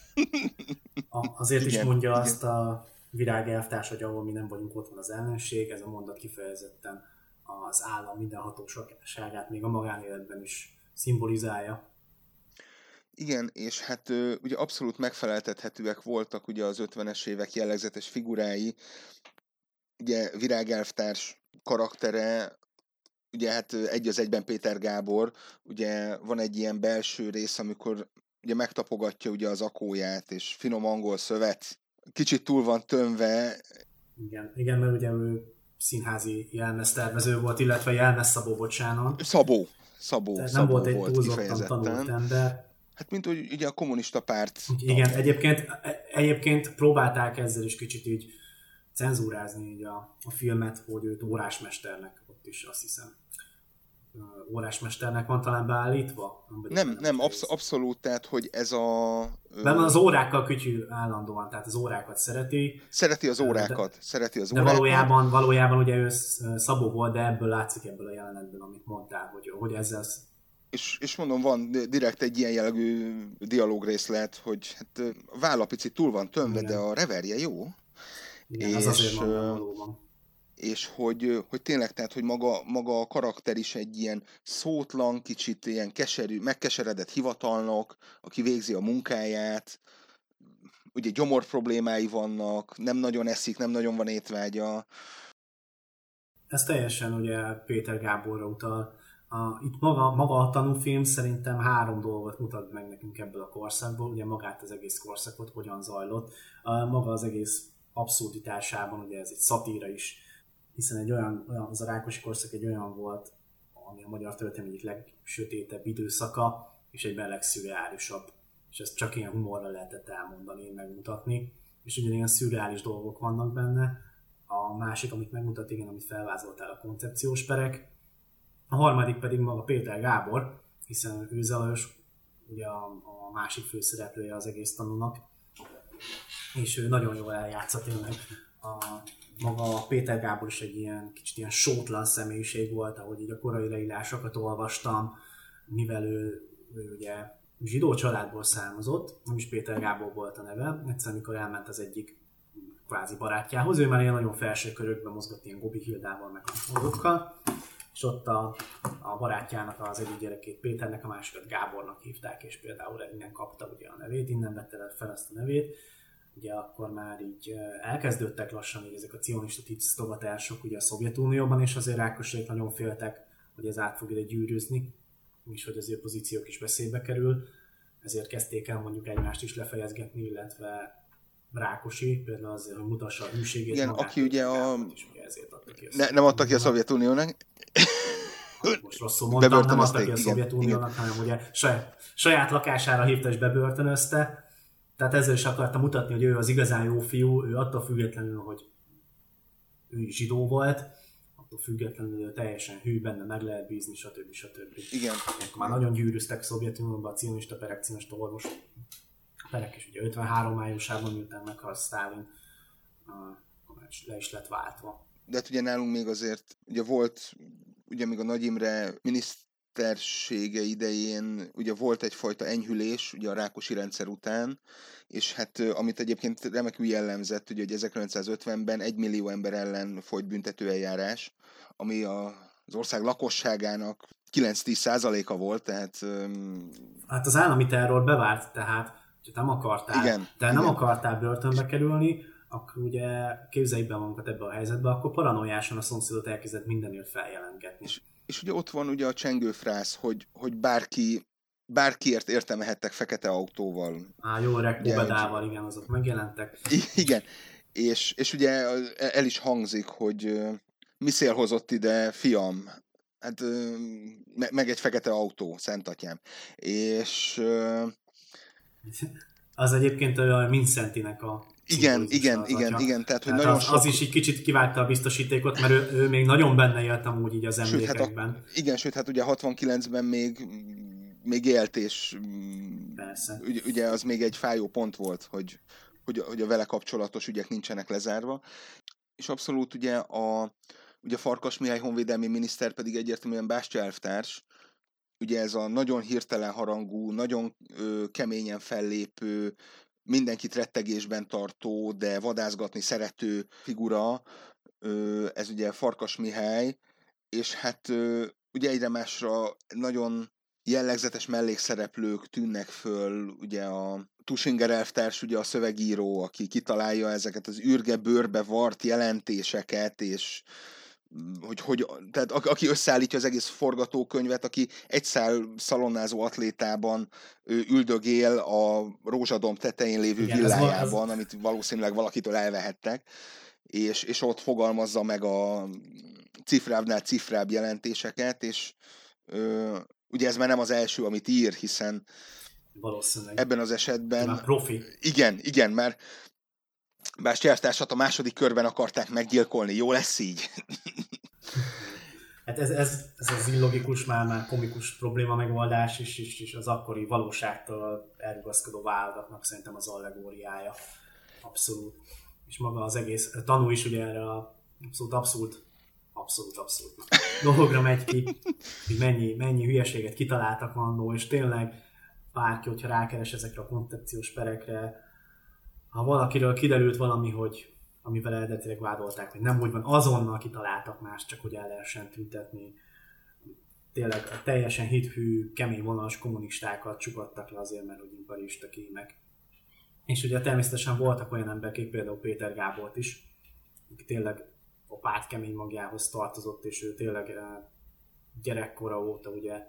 a, azért igen, is mondja igen. Azt a Virág elvtárs, hogy ahol mi nem vagyunk, ott van az ellenség, ez a mondat kifejezetten az állam mindenhatóságát még a magánéletben is szimbolizálja. Igen, és hát ugye abszolút megfeleltethetőek voltak ugye az ötvenes évek jellegzetes figurái. Ugye Virág elvtárs karaktere, ugye hát egy az egyben Péter Gábor, ugye van egy ilyen belső rész, amikor ugye megtapogatja ugye az akóját, és finom angol szövet, kicsit túl van tömve. Igen, igen, mert ugye ő színházi jelmeztervező volt, illetve jelmezszabó, bocsánat. Szabó, Szabó, Tehát Szabó nem volt egy volt túlzottan tanult ember. Hát mint hogy ugye a kommunista párt. Igen, egyébként, egyébként próbálták ezzel is kicsit így cenzúrázni így a, a filmet, hogy őt órásmesternek, ott is azt hiszem, órásmesternek van talán beállítva? Nem, nem, nem absz- abszolút, tehát, hogy ez a... De az órákkal kütyű állandóan, tehát az órákat szereti. Szereti az órákat, de, szereti az de órákat. valójában, valójában ugye ő Szabó volt, de ebből látszik ebből a jelenetből, amit mondtál, hogy, hogy ezzel... És, és mondom, van direkt egy ilyen jellegű dialógrészlet, hogy hát a válla picit túl van tömve, igen. De a reverje jó. Igen, és, az azért van valóban. És hogy, hogy tényleg, tehát, hogy maga, maga a karakter is egy ilyen szótlan, kicsit ilyen keserű, megkeseredett hivatalnok, aki végzi a munkáját, ugye gyomor problémái vannak, nem nagyon eszik, nem nagyon van étvágya. Ez teljesen ugye Péter Gáborra utal, A, itt maga, maga a tanúfilm szerintem három dolgot mutat meg nekünk ebből a korszakból, ugye magát az egész korszakot, hogyan zajlott. A, maga az egész abszurditásában, ugye ez egy szatíra is, hiszen egy olyan, olyan, az a Rákosi korszak egy olyan volt, ami a magyar történelem egyik legsötétebb időszaka, és egyben legszürreálisabb. És ezt csak ilyen humorral lehetett elmondani, megmutatni. És ugyanilyen szürreális dolgok vannak benne. A másik, amit megmutat, igen, amit felvázoltál, a koncepciós perek. A harmadik pedig maga Péter Gábor, hiszen ő Zalajos, ugye a, a másik főszereplője az egész tanúnak, és ő nagyon jól eljátsza tényleg. A, maga Péter Gábor is egy ilyen kicsit ilyen sótlan személyiség volt, ahogy így a korai leírásokat olvastam, mivel ő, ő ugye zsidó családból származott, nem is Péter Gábor volt a neve, egyszer amikor elment az egyik kvázi barátjához, ő már ilyen nagyon felső körökben mozgott ilyen Gobi Hildával, meg azokkal, és ott a, a barátjának az egyik gyerekét Péternek, a másikat Gábornak hívták, és például innen kapta ugye a nevét, innen vette fel ezt a nevét. Ugye akkor már így elkezdődtek lassan így ezek a cionista tisztogatások ugye a Szovjetunióban, és azért Rákosék nagyon féltek, hogy ez át fog ide gyűrűzni, és hogy az ő pozíciók is veszélybe kerül, ezért kezdték el mondjuk egymást is lefejezgetni, illetve Rákosi, például azért, hogy mutassa a hűségét. Igen, magát, aki ugye a... is, ugye ezért adta ki a ne, nem adta ki a Szovjetuniónak. Most rosszul mondtam, nem adta ki a Szovjetuniónak, hanem ugye saját, saját lakására hívta és bebörtönözte. Tehát ezzel is akarta mutatni, hogy ő az igazán jó fiú, ő attól függetlenül, hogy ő zsidó volt, attól függetlenül ő teljesen hű, benne meg lehet bízni, stb. stb. Igen. Akkor már nagyon gyűrűztek Szovjetunióban a cionista perek, cionista orvos perek, és ugye ötvenhárom májusában, miután meghalt Sztálin, le is lett váltva. De hát ugye nálunk még azért, ugye volt, ugye még a Nagy Imre minisztersége idején, ugye volt egyfajta enyhülés, ugye a Rákosi rendszer után, és hát amit egyébként remekül jellemzett, ugye, hogy ezerkilencszázötvenben egy millió ember ellen folyt büntetőeljárás, ami a, az ország lakosságának kilenc-tíz százaléka volt, tehát... Hát az állami terror bevált, tehát ha nem akartál, igen, te igen. nem akartál börtönbe kerülni, akkor ugye képzeljük be magunkat ebbe a helyzetbe, akkor paranoiásan a szomszédot elkezdett mindenért feljelentgetni. És, és ugye ott van ugye a csengőfrász, hogy, hogy bárki, bárkiért értemehettek fekete autóval. Á, jó öreg Pobedával, igen, azok megjelentek. Igen, és, és ugye el is hangzik, hogy mi szél hozott ide, fiam? Hát meg egy fekete autó, szentatyám. És... Az egyébként a Mindszentynek a igen, igen, igen, atya. igen, tehát, hogy tehát nagyon az, sok... az is így kicsit kivágta a biztosítékot, mert ő, ő még nagyon benne élt amúgy így az emlékekben. Sőt, hát a, igen, sőt, hát ugye hatvankilencben még, még élt, és persze. Ugye, ugye az még egy fájó pont volt, hogy, hogy, hogy a vele kapcsolatos ügyek nincsenek lezárva. És abszolút ugye a, ugye Farkas Mihály honvédelmi miniszter pedig egyértelműen Bástya elvtárs, ugye ez a nagyon hirtelen harangú, nagyon ö, keményen fellépő, mindenkit rettegésben tartó, de vadászgatni szerető figura, ö, ez ugye Farkas Mihály, és hát ö, ugye egyre másra nagyon jellegzetes mellékszereplők tűnnek föl, ugye a Tusinger elvtárs, ugye a szövegíró, aki kitalálja ezeket az ürge bőrbe vart jelentéseket, és hogy, hogy tehát aki összeállítja az egész forgatókönyvet, aki egy szál szalonnázó atlétában üldögél a Rózsadomb tetején lévő igen, villájában, az... amit valószínűleg valakitől elvehettek, és, és ott fogalmazza meg a cifrábbnál cifrább jelentéseket, és ö, ugye ez már nem az első, amit ír, hiszen ebben az esetben... Már profi. Igen, igen, mert Bástya elvtársat a második körben akarták meggyilkolni. Jó lesz így? Hát ez, ez, ez az illogikus, már, már komikus probléma megoldás is, és, és az akkori valóságtól elrugaszkodó vállalatnak szerintem az allegóriája. Abszolút. És maga az egész a tanú is ugye erre a abszolút, abszolút, abszolút, abszolút dologra megy ki, hogy mennyi, mennyi hülyeséget kitaláltak annó, és tényleg bárki, hogyha rákeres ezekre a koncepciós perekre, ha valakiről kiderült valami, hogy amivel eredetileg vádolták, hogy nem úgy van, azonnal kitaláltak más, csak hogy el lehessen tüntetni. Tényleg a teljesen hithű, kemény vonalas kommunistákat csukadtak le azért, mert hogy imperista kémek. És ugye természetesen voltak olyan emberek, például Péter Gábort is, aki tényleg a párt kemény magjához tartozott, és ő tényleg gyerekkora óta ugye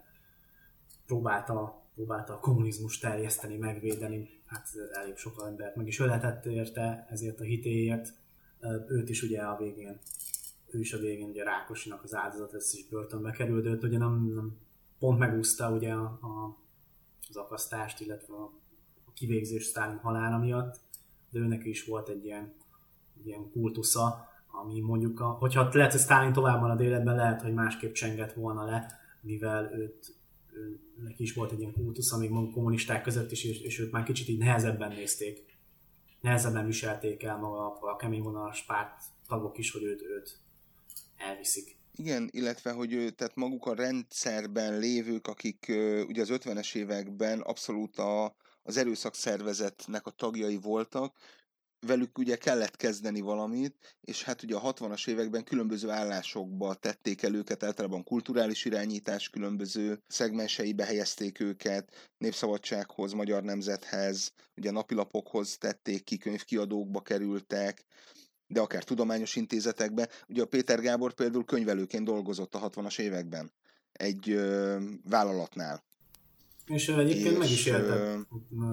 próbálta, próbálta a kommunizmus terjeszteni, megvédeni, hát elég sok embert meg is öletett érte ezért a hitéért. Őt is ugye a végén, ő is a végén ugye Rákosinak az áldozat lesz is börtönbe került, de őt ugye nem, nem pont megúszta ugye a, a, az akasztást, illetve a, a kivégzés Sztálin halála miatt, de őnek is volt egy ilyen, egy ilyen kultusza, ami mondjuk, a, hogyha lehet, hogy Sztálin tovább van a életben, lehet, hogy másképp csengett volna le, mivel őt, ő, neki is volt egy ilyen kultusz, amíg kommunisták között is, és, és őt már kicsit így nehezebben nézték. Nehezebben viselték el maga a kemény vonalas párt tagok is, hogy őt, őt elviszik. Igen, illetve, hogy tehát maguk a rendszerben lévők, akik ugye az ötvenes években abszolút a, az erőszakszervezetnek a tagjai voltak, velük ugye kellett kezdeni valamit, és hát ugye a hatvanas években különböző állásokba tették el őket, általában kulturális irányítás különböző szegmenseibe helyezték őket, Népszabadsághoz, Magyar Nemzethez, ugye napilapokhoz tették ki, könyvkiadókba kerültek, de akár tudományos intézetekben. Ugye a Péter Gábor például könyvelőként dolgozott a hatvanas években egy ö, vállalatnál. És egyébként és, meg is éltek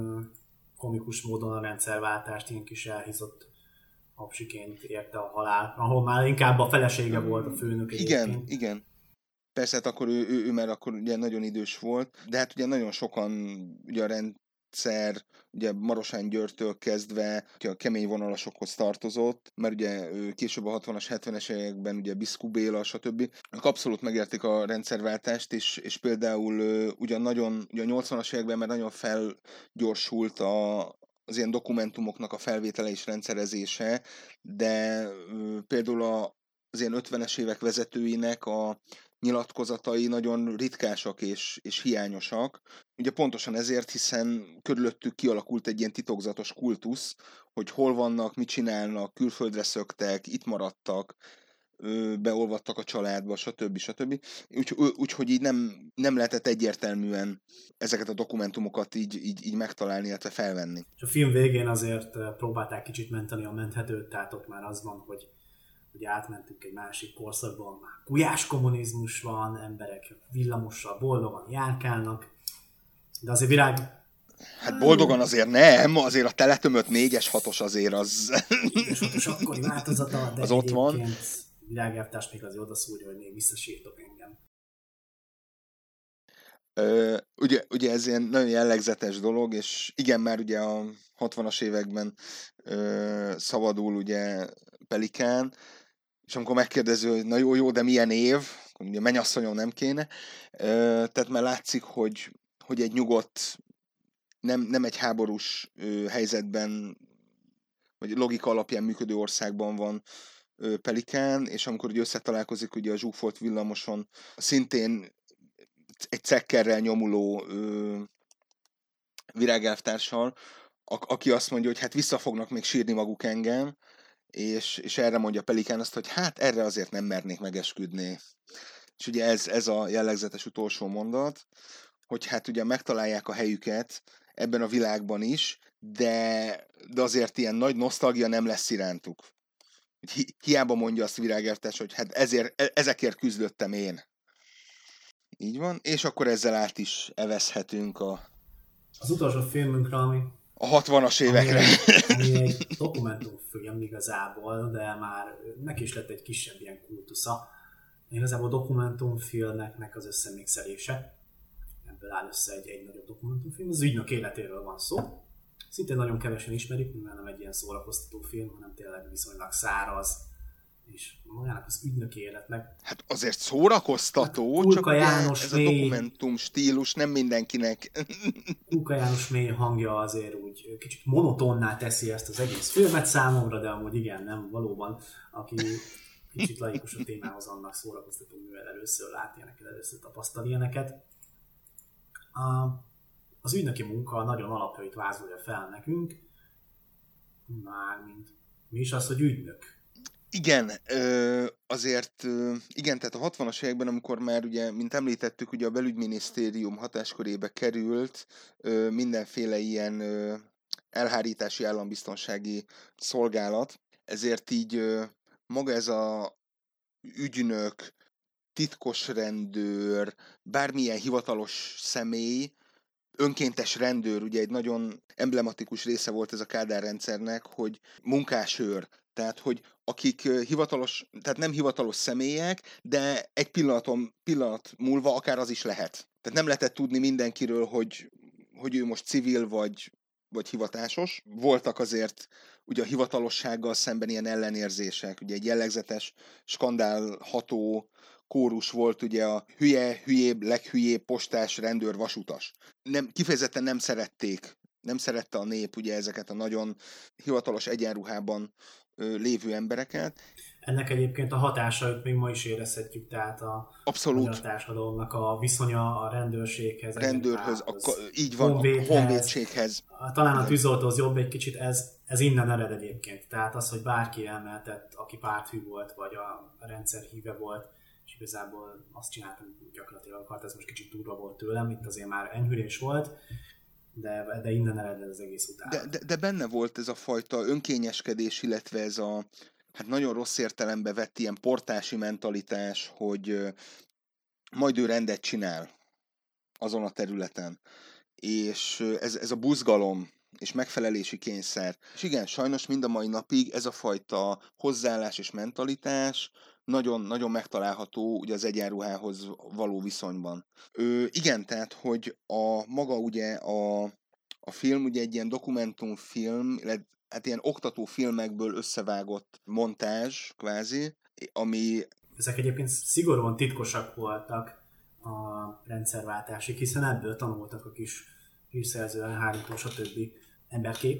komikus módon a rendszerváltást, ilyen kis elhízott hapsiként érte a halál, ahol már inkább a felesége volt a főnök. Igen, egyébként. igen. Persze, hát akkor ő, ő, ő már akkor ugye nagyon idős volt, de hát ugye nagyon sokan ugye a rendszer, ugye Marosán Györgytől kezdve a kemény vonalasokhoz tartozott, mert ugye később a hatvanas, hetvenes években ugye Biszkú Béla, stb. Abszolút megérték a rendszerváltást, és, és például ugye nagyon, ugye a nyolcvanas években már nagyon felgyorsult a, az ilyen dokumentumoknak a felvétele és rendszerezése, de például a, az ilyen ötvenes évek vezetőinek a nyilatkozatai nagyon ritkásak és, és hiányosak. Ugye pontosan ezért, hiszen körülöttük kialakult egy ilyen titokzatos kultusz, hogy hol vannak, mit csinálnak, külföldre szöktek, itt maradtak, beolvadtak a családba, stb. stb. Úgyhogy úgy, úgy, így nem, nem lehetett egyértelműen ezeket a dokumentumokat így, így, így megtalálni, illetve felvenni. És a film végén azért próbálták kicsit menteni a menthetőt, tehát ott már az van, hogy ugye átmentünk egy másik korszakban, már gulyás kommunizmus van, emberek villamossal boldogan járkálnak, de azért Virág... Hát boldogan azért nem, azért a teletömött négyes hatos azért az... négyes hatos akkori változata, de az ott van. Virágártás még azért odaszúrja, hogy még visszasírtok engem. Ö, ugye, ugye ez ilyen nagyon jellegzetes dolog, és igen, már ugye a hatvanas években ö, szabadul ugye Pelikán, és amikor megkérdező, hogy na jó, jó, de milyen év, akkor ugye mennyasszonyom nem kéne, ö, tehát már látszik, hogy, hogy egy nyugodt, nem, nem egy háborús ö, helyzetben, vagy logika alapján működő országban van ö, Pelikán, és amikor ugye összetalálkozik ugye a zsúfolt villamoson, szintén egy cekkerrel nyomuló ö, virágelvtársal, a- aki azt mondja, hogy hát vissza fognak még sírni maguk engem, és, és erre mondja Pelikán azt, hogy hát erre azért nem mernék megesküdni. És ugye ez, ez a jellegzetes utolsó mondat, hogy hát ugye megtalálják a helyüket ebben a világban is, de, de azért ilyen nagy nosztalgia nem lesz irántuk. Hi, hiába mondja azt Virágelvtárs, hogy hát ezért, ezekért küzdöttem én. Így van, és akkor ezzel át is evezhetünk a... Az utolsó filmünkre, ami... A hatvanas évekre. Ami egy, ami egy dokumentumfilm igazából, de már neki is lett egy kisebb ilyen kultusza. Igazából a dokumentumfilmeknek az összemixelése. Ebből áll össze egy, egy nagyobb dokumentumfilm. Az ügynök életéről van szó. Szintén nagyon kevesen ismerik, mivel nem egy ilyen szórakoztató film, hanem tényleg viszonylag száraz, és magának az ügynöki életnek. Hát azért szórakoztató, hát, csak János ez mély, a dokumentum stílus nem mindenkinek. Kulka János mély hangja azért úgy kicsit monotonná teszi ezt az egész filmet számomra, de amúgy igen, nem, valóban, aki kicsit laikus a témához, annak szórakoztató, mivel először lát ilyeneket, először tapasztal ilyeneket. A, az ügynöki munka nagyon alapjait vázolja fel nekünk, mármint mi is az, hogy ügynök. Igen, azért, igen, tehát a hatvanas években, amikor már ugye, mint említettük, ugye a belügyminisztérium hatáskörébe került mindenféle ilyen elhárítási állambiztonsági szolgálat, ezért így maga ez a ügynök titkos rendőr, bármilyen hivatalos személy, önkéntes rendőr, ugye egy nagyon emblematikus része volt ez a Kádár rendszernek, hogy munkásőr, tehát hogy akik hivatalos, tehát nem hivatalos személyek, de egy pillanaton, pillanat múlva akár az is lehet. Tehát nem lehetett tudni mindenkiről, hogy, hogy ő most civil vagy, vagy hivatásos. Voltak azért ugye a hivatalossággal szemben ilyen ellenérzések, ugye egy jellegzetes, skandálható kórus volt ugye a hülye, hülyébb, leghülyébb postás, rendőr, vasutas. Nem, kifejezetten nem szerették, nem szerette a nép ugye ezeket a nagyon hivatalos egyenruhában ö, lévő embereket. Ennek egyébként a hatásait még ma is érezhetjük, tehát a magyar társadalomnak a viszonya a rendőrséghez, rendőrhöz, a, így van, honvédhez, a honvédséghez. Talán a tűzoltóhoz jobb egy kicsit, ez, ez innen ered egyébként. Tehát az, hogy bárki elmehetett, aki párthű volt, vagy a rendszer híve volt, és igazából azt csináltam gyakorlatilag akart, ez most kicsit durva volt tőlem, itt azért már enyhülés volt, de, de innen ered az egész után. De, de, de benne volt ez a fajta önkényeskedés, illetve ez a hát nagyon rossz értelembe vett ilyen portási mentalitás, hogy majd ő rendet csinál azon a területen. És ez, ez a buzgalom és megfelelési kényszer. És igen, sajnos mind a mai napig ez a fajta hozzáállás és mentalitás nagyon, nagyon megtalálható ugye az egyenruhához való viszonyban. Ö, igen, tehát, hogy a maga ugye a, a film ugye egy ilyen dokumentumfilm, hát ilyen oktató filmekből összevágott montázs, kvázi, ami... Ezek egyébként szigorúan titkosak voltak a rendszerváltásig, hiszen ebből tanultak a kis hírszerző, elhárító, stb. Emberkék,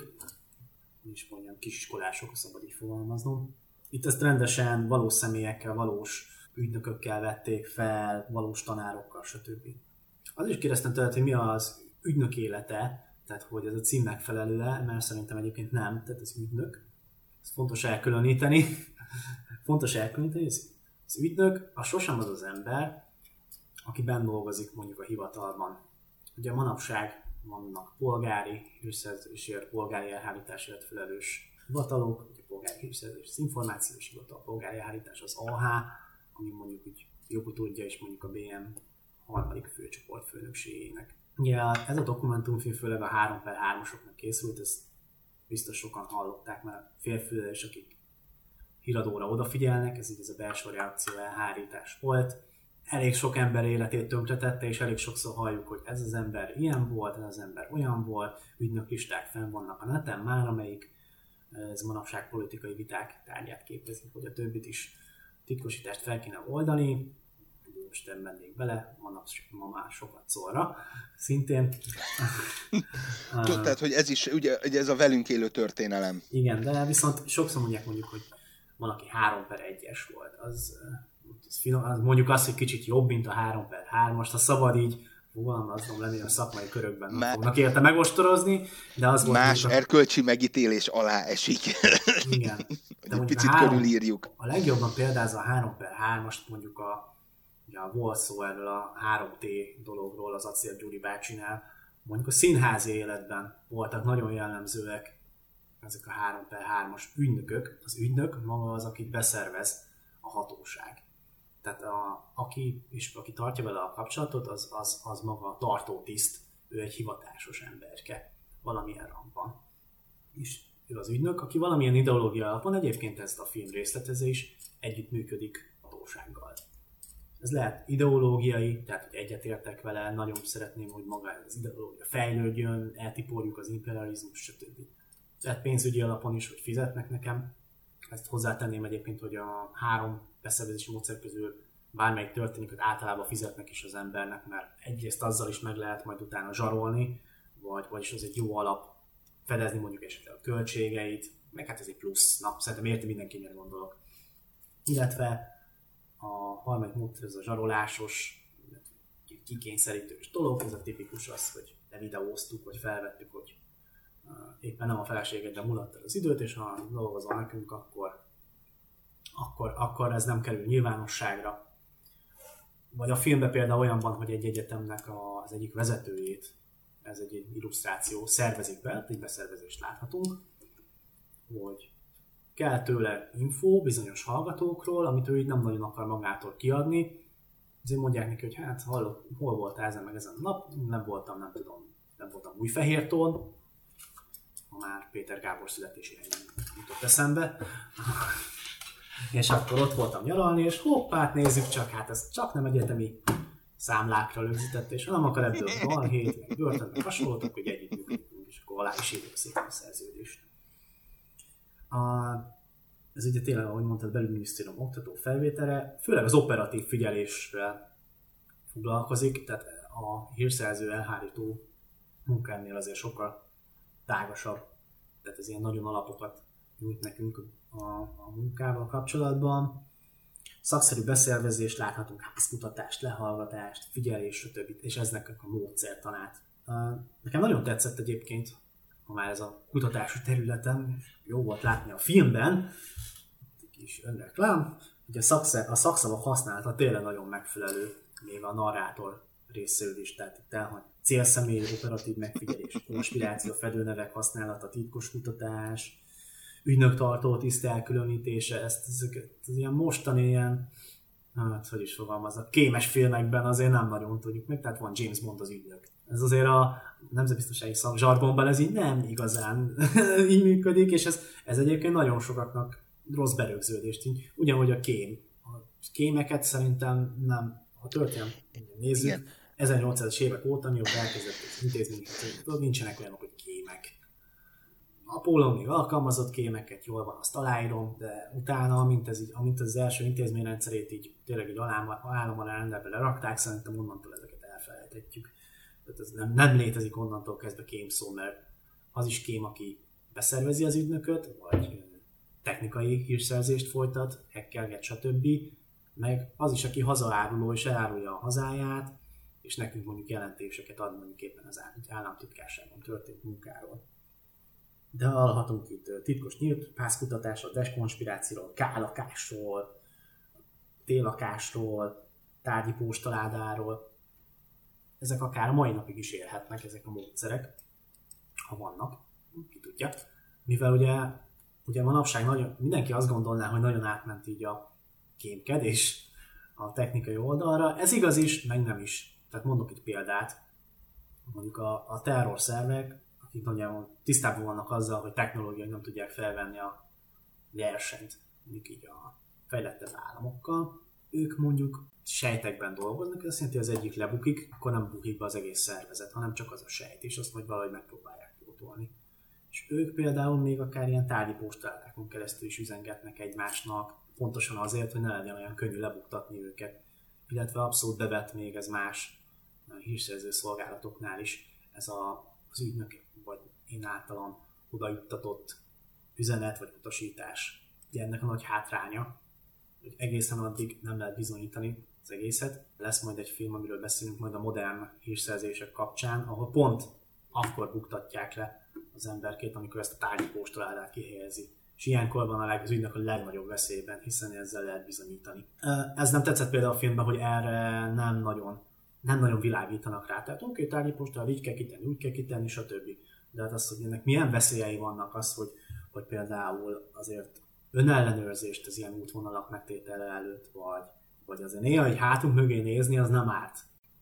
és mondjam, kisiskolások, szabad így fogalmaznom. Itt ezt rendesen valós személyekkel, valós ügynökökkel vették fel, valós tanárokkal, stb. Az is kérdeztem tőled, hogy mi az ügynök élete, tehát hogy ez a cím megfelelő-e, mert szerintem egyébként nem, tehát az ügynök. Ez fontos elkülöníteni. fontos elkülöníteni, ez az ügynök, az sosem az az ember, aki benn dolgozik mondjuk a hivatalban. Ugye manapság vannak polgári hírszerzésért, polgári elhárításért felelős hivatalok, ugye polgári hírszerzés, az információs hivatal, polgári elhárítás az á há, ami mondjuk úgy jogutódja és mondjuk a bé em harmadik főcsoport főnökségének. Ugye ez a dokumentumfilm főleg a három per hármasoknak készült, ezt biztos sokan hallották, mert félfülelős, akik híradóra odafigyelnek, ez így ez a belső reakció elhárítás volt. Elég sok ember életét tönkretette, és elég sokszor halljuk, hogy ez az ember ilyen volt, ez az ember olyan volt, ügynöklisták fenn vannak a neten, már amelyik ez manapság politikai viták tárgyát képezi, hogy a többit is titkosítást fel kéne oldani. Most nem mennék bele, ma már sokat szólra, szintén. Tehát, hogy ez is, ugye, ez a velünk élő történelem. Igen, de viszont sokszor mondják mondjuk, hogy valaki három per egyes volt. Az, az, finom, az mondjuk azt, hogy kicsit jobb, mint a három per hármas, ha szabad így fogalmaznom lenni, a szakmai körökben nem Má... fognak érte megostorozni, de az volt... Más mondjuk, erkölcsi megítélés alá esik. Igen. De picit három, körülírjuk. A legjobban példázza a három per hármast mondjuk a ugye volt szó erről a három té dologról az Acél Gyuri bácsinál. Mondjuk a színházi életben voltak nagyon jellemzőek ezek a három per hármas ügynökök. Az ügynök maga az, akit beszervez a hatóság. Tehát a, aki, és aki tartja vele a kapcsolatot, az, az, az maga a tartótiszt, ő egy hivatásos emberke valamilyen rangban. És ő az ügynök, aki valamilyen ideológia alapon, egyébként ezt a film részletezés együttműködik a hatósággal. Ez lehet ideológiai, tehát hogy egyetértek vele, nagyon szeretném, hogy maga az ideológia fejlődjön, eltiporjuk az imperializmus, stb. Tehát pénzügyi alapon is, hogy fizetnek nekem. Ezt hozzátenném egyébként, hogy a három beszervezési módszer közül bármelyik történik, hogy általában fizetnek is az embernek, mert egyrészt azzal is meg lehet majd utána zsarolni, vagy, vagyis az egy jó alap fedezni mondjuk esetleg a költségeit, meg hát ez egy plusz, na szerintem érti mindenki, mire gondolok. Illetve a harmadik módszer az a zsarolásos, kikényszerítős dolog, ez a tipikus az, hogy levideóztuk, vagy felvettük, hogy éppen nem a feleségedre mulattad az időt, és ha dolgozol nekünk, akkor, akkor, akkor ez nem kerül nyilvánosságra. Vagy a filmben például olyan van, hogy egy egyetemnek az egyik vezetőjét, ez egy illusztráció, szervezik be, egy beszervezést láthatunk, hogy kell tőle info bizonyos hallgatókról, amit ő így nem nagyon akar magától kiadni, azért mondják neki, hogy hát hol, hol voltál ezen meg ezen a nap, nem voltam, nem tudom, nem voltam Újfehértón, ha már Péter Gábor születésére jutott eszembe. És akkor ott voltam nyaralni, és hoppát nézzük csak, hát ez csak nem egyetemi számlákra rögzített, és ha nem akar ebből balhét, meg börtön, meg hasonlót, hogy együtt működünk, és akkor alá is írjuk szépen a szerződést. A, ez ugye tényleg, ahogy mondtad, belügyminisztérium oktató felvétele, főleg az operatív figyelésre foglalkozik, tehát a hírszerző elhárító munkánnél azért sokkal tágasabb, tehát ez ilyen nagyon alapokat nyújt nekünk a, a munkával kapcsolatban. Szakszerű beszervezést láthatunk, házkutatást, lehallgatást, figyelést, stb. És eznek a módszertanát. Nekem nagyon tetszett egyébként, ha már ez a kutatási területem, jó volt látni a filmben, egy kis önreklám, hogy a, szakszer, a szakszavak használata tényleg nagyon megfelelő, még a narrátor részéről is, tehát itt el, hogy célszemély, operatív megfigyelés, konspiráció, fedőnevek használata, titkos kutatás, ügynöktartó tiszt elkülönítése, ezt ezeket az ilyen mostani ilyen, hát hogy is fogalmazok, kémes filmekben azért nem nagyon tudjuk meg, tehát van James Bond az ügynök. Ez azért a nemzetbiztonsági szakzsargonban ez így nem igazán így működik, és ez, ez egyébként nagyon sokaknak rossz berögződést. Így, ugyanúgy a kém. A kémeket szerintem nem, ha történelem nézzük, igen. ezernyolcszázas évek óta, mióta elkezdett az intézményeket, nincsenek olyanok, hogy kémek. Apollo még alkalmazott kémeket, jól van, azt aláírom, de utána, amint, ez így, amint az első intézményrendszerét így tényleg egy állam alá rendelbe lerakták, szerintem onnantól ezeket elfelejthetjük. Tehát ez nem, nem létezik onnantól kezdve kém szó, mert az is kém, aki beszervezi az ügynököt, vagy technikai hírszerzést folytat, hackelget, stb. Meg az is, aki hazaáruló és elárulja a hazáját, és nekünk mondjuk jelentéseket ad mondjuk éppen az államtitkárságban történt munkáról. De hallhatunk itt titkos nyílt házkutatásról, deskonspirációról, K-lakásról, T-lakásról, tárgyi postaládáról. Ezek akár a mai napig is élhetnek, ezek a módszerek, ha vannak, ki tudja. Mivel ugye, ugye manapság nagyon, mindenki azt gondolná, hogy nagyon átment így a kémkedés a technikai oldalra. Ez igaz is, meg nem is. Tehát mondok egy példát. Mondjuk a, a terrorszervek, akik nagyjából tisztában vannak azzal, hogy technológiai nem tudják felvenni a versenyt, mondjuk így a fejlettebb államokkal, ők mondjuk sejtekben dolgoznak, ez azt jelenti, hogy az egyik lebukik, akkor nem bukik be az egész szervezet, hanem csak az a sejt, és azt majd valahogy megpróbálják pótolni. És ők például még akár ilyen tárgyi postaládákon keresztül is üzengetnek egymásnak, pontosan azért, hogy ne legyen olyan könnyű lebuktatni őket. Illetve abszolút bevet még ez más hírszerző szolgálatoknál is, ez a, az ügynök, vagy én általam odajuttatott üzenet, vagy utasítás. Ugye ennek a nagy hátránya, hogy egészen addig nem lehet bizonyítani az egészet. Lesz majd egy film, amiről beszélünk majd a modern hírszerzések kapcsán, ahol pont akkor buktatják le az emberkét, amikor ezt a tárgyi postaládát kihelyezi. És ilyenkor van a leg, az ügynök a legnagyobb veszélyben, hiszen ezzel lehet bizonyítani. Ez nem tetszett például a filmben, hogy erre nem nagyon, nem nagyon világítanak rá. Tehát oké, tárgyi postalát így kell kitenni, úgy kell kitenni, stb. De hát az, hogy ennek milyen veszélyei vannak, az, hogy, hogy például azért önellenőrzést az ilyen útvonalak megtétele előtt, vagy, vagy azért néha, hogy hátunk mögé nézni, az nem árt.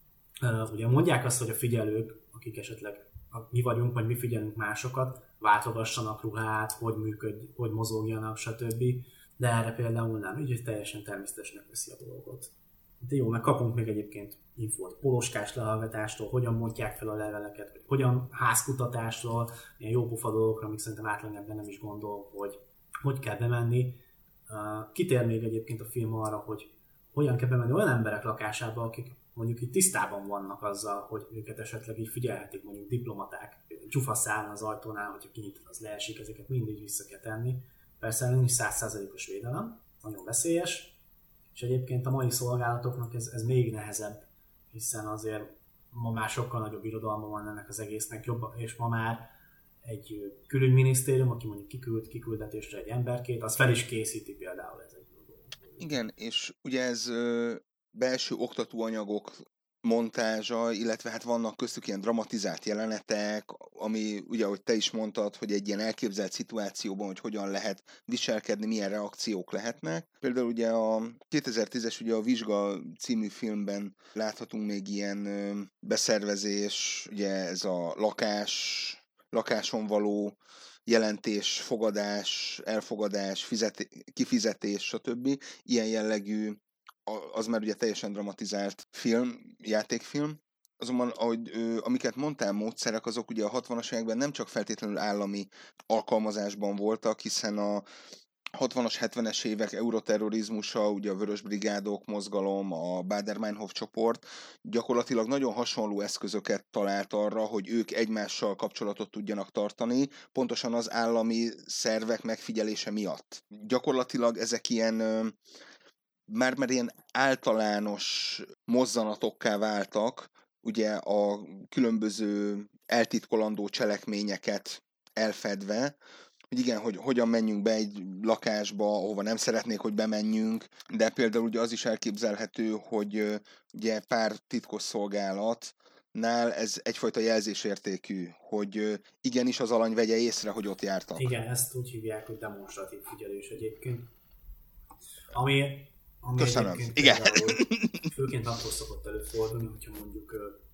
Uh, ugye mondják azt, hogy a figyelők, akik esetleg mi vagyunk, vagy mi figyelünk másokat, váltogassanak ruhát, hogy működj, hogy mozogjanak, stb. De erre például nem, így teljesen természetesnek veszi a dolgot. De jó, meg kapunk még egyébként infót poloskás lehallgatástól, hogyan mondják fel a leveleket, vagy hogyan házkutatásról, ilyen jópofa dolgokra, amik szerintem átlagember nem is gondol, hogy hogy kell bemenni. Uh, kitér még egyébként a film arra, hogy hogyan kell bemenni olyan emberek lakásába, akik mondjuk itt tisztában vannak azzal, hogy őket esetleg így figyelhetik, mondjuk diplomaták. Csufasz állna az ajtónál, hogyha kinyitod, az leesik, ezeket mindig vissza kell tenni. Persze nincs száz százalékos védelem, nagyon veszélyes, és egyébként a mai szolgálatoknak ez, ez még nehezebb, hiszen azért ma már sokkal nagyobb irodalma van ennek az egésznek, jobb, és ma már egy külügyminisztérium, aki mondjuk kiküld, kiküldetésre egy emberkét, az fel is készíti például ez egy dolog. Igen, és ugye ez ö, belső oktatóanyagok montázsa, illetve hát vannak köztük ilyen dramatizált jelenetek, ami ugye, ahogy te is mondtad, hogy egy ilyen elképzelt szituációban, hogy hogyan lehet viselkedni, milyen reakciók lehetnek. Például ugye a kétezer-tízes ugye a Vizsga című filmben láthatunk még ilyen beszervezés, ugye ez a lakás, lakáson való jelentés, fogadás, elfogadás, fizet, kifizetés, stb. Ilyen jellegű, az már ugye teljesen dramatizált film, játékfilm. Azonban, ahogy, ö, amiket mondtál, módszerek, azok ugye a hatvanas években nem csak feltétlenül állami alkalmazásban voltak, hiszen a hatvanas, hetvenes évek euroterrorizmusa, ugye a Vörös Brigádok mozgalom, a Baader-Meinhof csoport gyakorlatilag nagyon hasonló eszközöket talált arra, hogy ők egymással kapcsolatot tudjanak tartani, pontosan az állami szervek megfigyelése miatt. Gyakorlatilag ezek ilyen már már ilyen általános mozzanatokká váltak, ugye a különböző eltitkolandó cselekményeket elfedve, hogy igen, hogy hogyan menjünk be egy lakásba, ahova nem szeretnék, hogy bemenjünk, de például ugye az is elképzelhető, hogy ugye pár titkosszolgálatnál ez egyfajta jelzésértékű, hogy igenis az alany vegye észre, hogy ott jártak. Igen, ezt úgy hívják, hogy demonstratív figyelés egyébként. Ami, ami Köszönöm. Igen. Főként akkor szokott előfordulni, hogyha mondjuk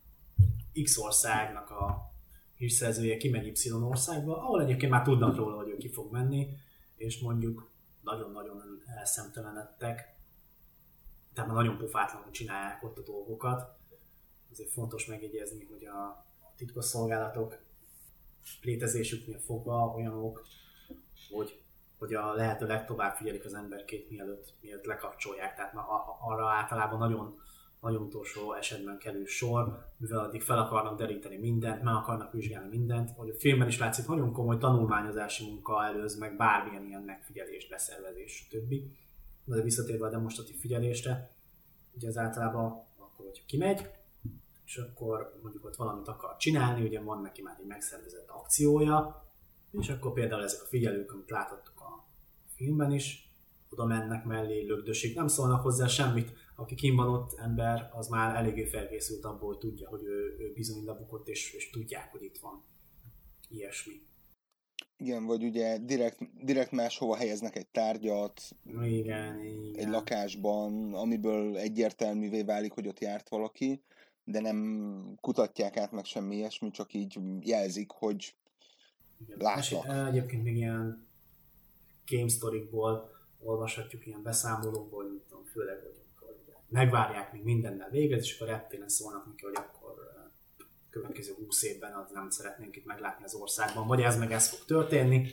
X országnak a hírszerzője kimegy Y országba, ahol egyébként már tudnak róla, hogy ő ki fog menni, és mondjuk nagyon-nagyon elszemtelenedtek, tehát már nagyon pofátlanul csinálják ott a dolgokat. Azért fontos megjegyezni, hogy a titkosszolgálatok létezésüknél fogva olyanok, hogy, hogy a lehető legtovább figyelik az emberkét, mielőtt, mielőtt lekapcsolják. Tehát arra általában nagyon nagyon utolsó esetben kerül sor, mivel addig fel akarnak deríteni mindent, meg akarnak vizsgálni mindent. Hogy a filmben is látszik, nagyon komoly tanulmányozási munka előz, meg bármilyen ilyen megfigyelés, beszervezés, stb. De visszatérve a demonstratív figyelésre, ugye az általában akkor, hogyha kimegy, és akkor mondjuk ott valamit akar csinálni, ugye van neki már egy megszervezett akciója, és akkor például ezek a figyelők, amit láthattuk a filmben is, oda mennek mellé, lögdösik, nem szólnak hozzá semmit. Aki kint van ott ember, az már eléggé felkészült abból, hogy tudja, hogy ő, ő bizony lebukott, és, és tudják, hogy itt van ilyesmi. Igen, vagy ugye direkt, direkt máshova helyeznek egy tárgyat, igen, igen. egy lakásban, amiből egyértelművé válik, hogy ott járt valaki, de nem kutatják át meg semmi ilyesmi, csak így jelzik, hogy igen. Látnak. Egyébként még ilyen game story-ból olvashatjuk ilyen beszámolókból, mint tudom, főleg, hogy megvárják, még mindennel véget, és akkor reptéren szólnak neki, hogy akkor következő húsz évben az nem szeretnénk itt meglátni az országban, vagy ez meg ez fog történni.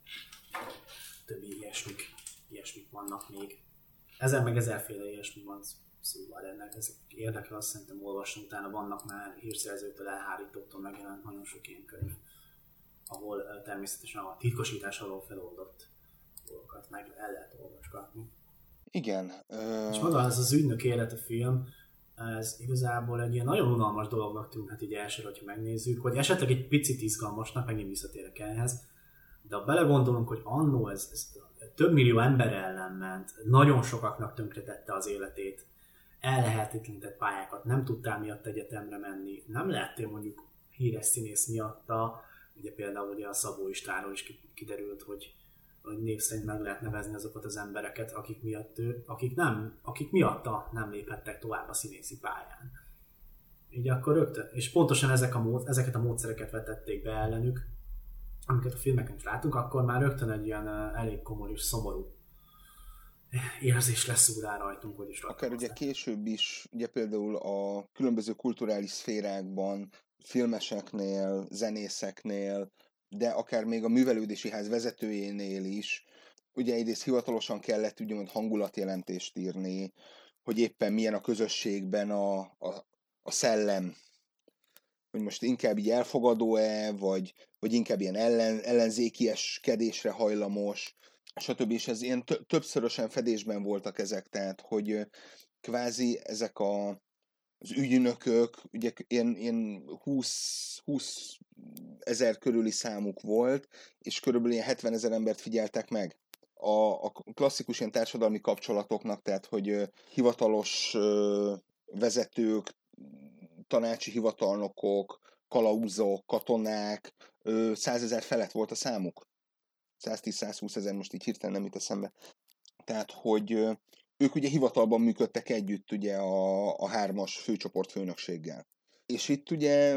Többi ilyesmik, ilyesmik vannak még. Ezen meg ezerféle ilyesmi van, szóval ennek ezek érdekel, azt szerintem olvasni, utána vannak már hírszerzőtől, elhárítóktól megjelent nagyon sok ilyen könyv, ahol természetesen a titkosítás alól feloldott dolgokat meg el lehet olvasgatni. Igen. Uh... És maga ez az ügynök élete film, ez igazából egy ilyen nagyon unalmas dolognak tűnhet így elsőre, hogyha megnézzük, hogy esetleg egy picit izgalmasnak, megint visszatérek ehhez, de ha belegondolunk, hogy annó ez, ez több millió ember ellen ment, nagyon sokaknak tönkretette az életét, ellehetetlenített pályákat, nem tudtál miatt egyetemre menni, nem lehettél mondjuk híres színész miatta, ugye például ugye a Szabó Istvánról is kiderült, hogy hogy név szerint meg lehet nevezni azokat az embereket, akik miatt ő, akik nem, akik miatta nem léphettek tovább a színészi pályán. Így akkor rögtön, és pontosan ezek a mód, ezeket a módszereket vetették be ellenük, amiket a filmeken is látunk, akkor már rögtön egy ilyen elég komoly és szomorú érzés lesz rá rajtunk, hogy is akár ugye később is, ugye például a különböző kulturális szférákban, filmeseknél, zenészeknél, de akár még a művelődési ház vezetőjénél is, ugye egyrészt hivatalosan kellett úgymond hangulatjelentést írni, hogy éppen milyen a közösségben a, a, a szellem, hogy most inkább így elfogadó-e, vagy, vagy inkább ilyen ellen, ellenzékieskedésre hajlamos, stb. És ez ilyen t- többszörösen fedésben voltak ezek, tehát hogy kvázi ezek a, az ügynökök, ugye ilyen, ilyen húsz ezer körüli számuk volt, és körülbelül ilyen hetven ezer embert figyeltek meg. A, a klasszikus ilyen társadalmi kapcsolatoknak, tehát hogy ö, hivatalos ö, vezetők tanácsi hivatalnokok, kalauzok, katonák, százezer felett volt a számuk. száztíz-százhúsz ezer, most így hirtelen nem jut eszembe. Tehát, hogy ők ugye hivatalban működtek együtt ugye a, a hármas főcsoport főnökséggel. És itt ugye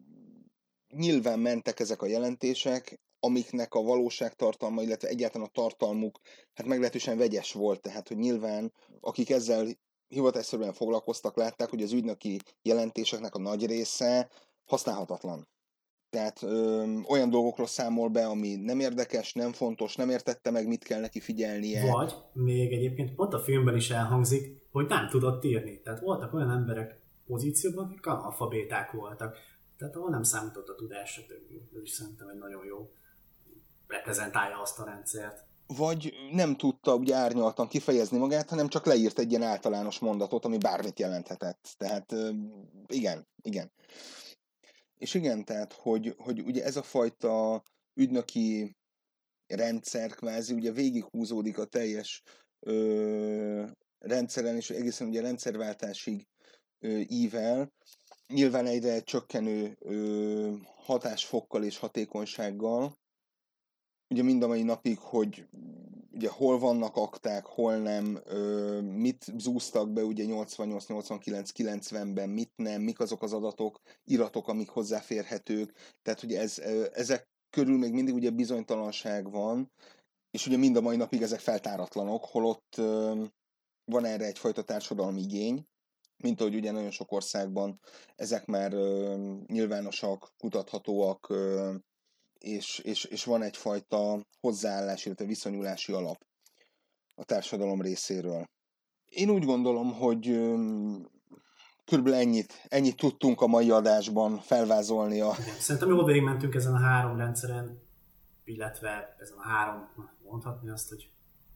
nyilván mentek ezek a jelentések, amiknek a valóságtartalma, illetve egyáltalán a tartalmuk hát meglehetősen vegyes volt. Tehát, hogy nyilván akik ezzel hivatásszerűen foglalkoztak, látták, hogy az ügynöki jelentéseknek a nagy része használhatatlan. Tehát ö, olyan dolgokról számol be, ami nem érdekes, nem fontos, nem értette meg, mit kell neki figyelnie. Vagy még egyébként pont a filmben is elhangzik, hogy nem tudott írni. Tehát voltak olyan emberek pozícióban, akik analfabéták voltak. Tehát ahol nem számított a tudás, stb. Ez is szerintem egy nagyon jó reprezentálja azt a rendszert. Vagy nem tudta ugye árnyaltan kifejezni magát, hanem csak leírt egy ilyen általános mondatot, ami bármit jelenthetett. Tehát igen, igen. És igen, tehát, hogy, hogy ugye ez a fajta ügynöki rendszer kvázi ugye végighúzódik a teljes ö, rendszeren, és egészen ugye rendszerváltásig ö, ível, nyilván egyre csökkenő ö, hatásfokkal és hatékonysággal, ugye mind a mai napig, hogy ugye hol vannak akták, hol nem, ö, mit zúztak be ugye nyolcvannyolc nyolcvankilenc kilencvenben, mit nem, mik azok az adatok, iratok, amik hozzáférhetők, tehát ugye ez, ezek körül még mindig ugye bizonytalanság van, és ugye mind a mai napig ezek feltáratlanok, holott ö, van erre egyfajta társadalmi igény, mint ahogy ugye nagyon sok országban ezek már ö, nyilvánosak, kutathatóak, ö, És, és, és van egyfajta hozzáállás, illetve viszonyulási alap a társadalom részéről. Én úgy gondolom, hogy körülbelül ennyit, ennyit tudtunk a mai adásban felvázolni. A... Szerintem jól végigmentünk ezen a három rendszeren, illetve ezen a három, mondhatni azt, hogy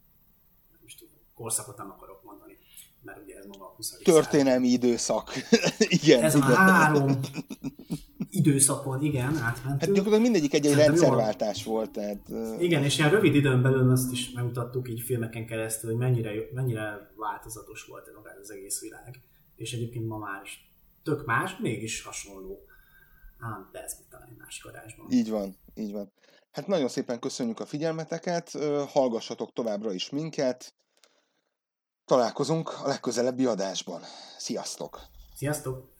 nem is tudom, korszakot nem akarok mondani, mert ugye ez maga a huszadik történelmi század. Időszak. Igen. Ez a három időszakon, igen, átmentünk. Hát gyakorlatilag mindegyik egy, egy rendszerváltás jól. volt. Tehát, igen, és ilyen rövid időn belül azt is megmutattuk így filmeken keresztül, hogy mennyire, mennyire változatos volt az egész világ. És egyébként ma már is tök más, mégis hasonló. Ám, de ez mit talán egy másik adásban. Így van, így van. Hát nagyon szépen köszönjük a figyelmeteket, hallgassatok továbbra is minket. Találkozunk a legközelebbi adásban. Sziasztok! Sziasztok!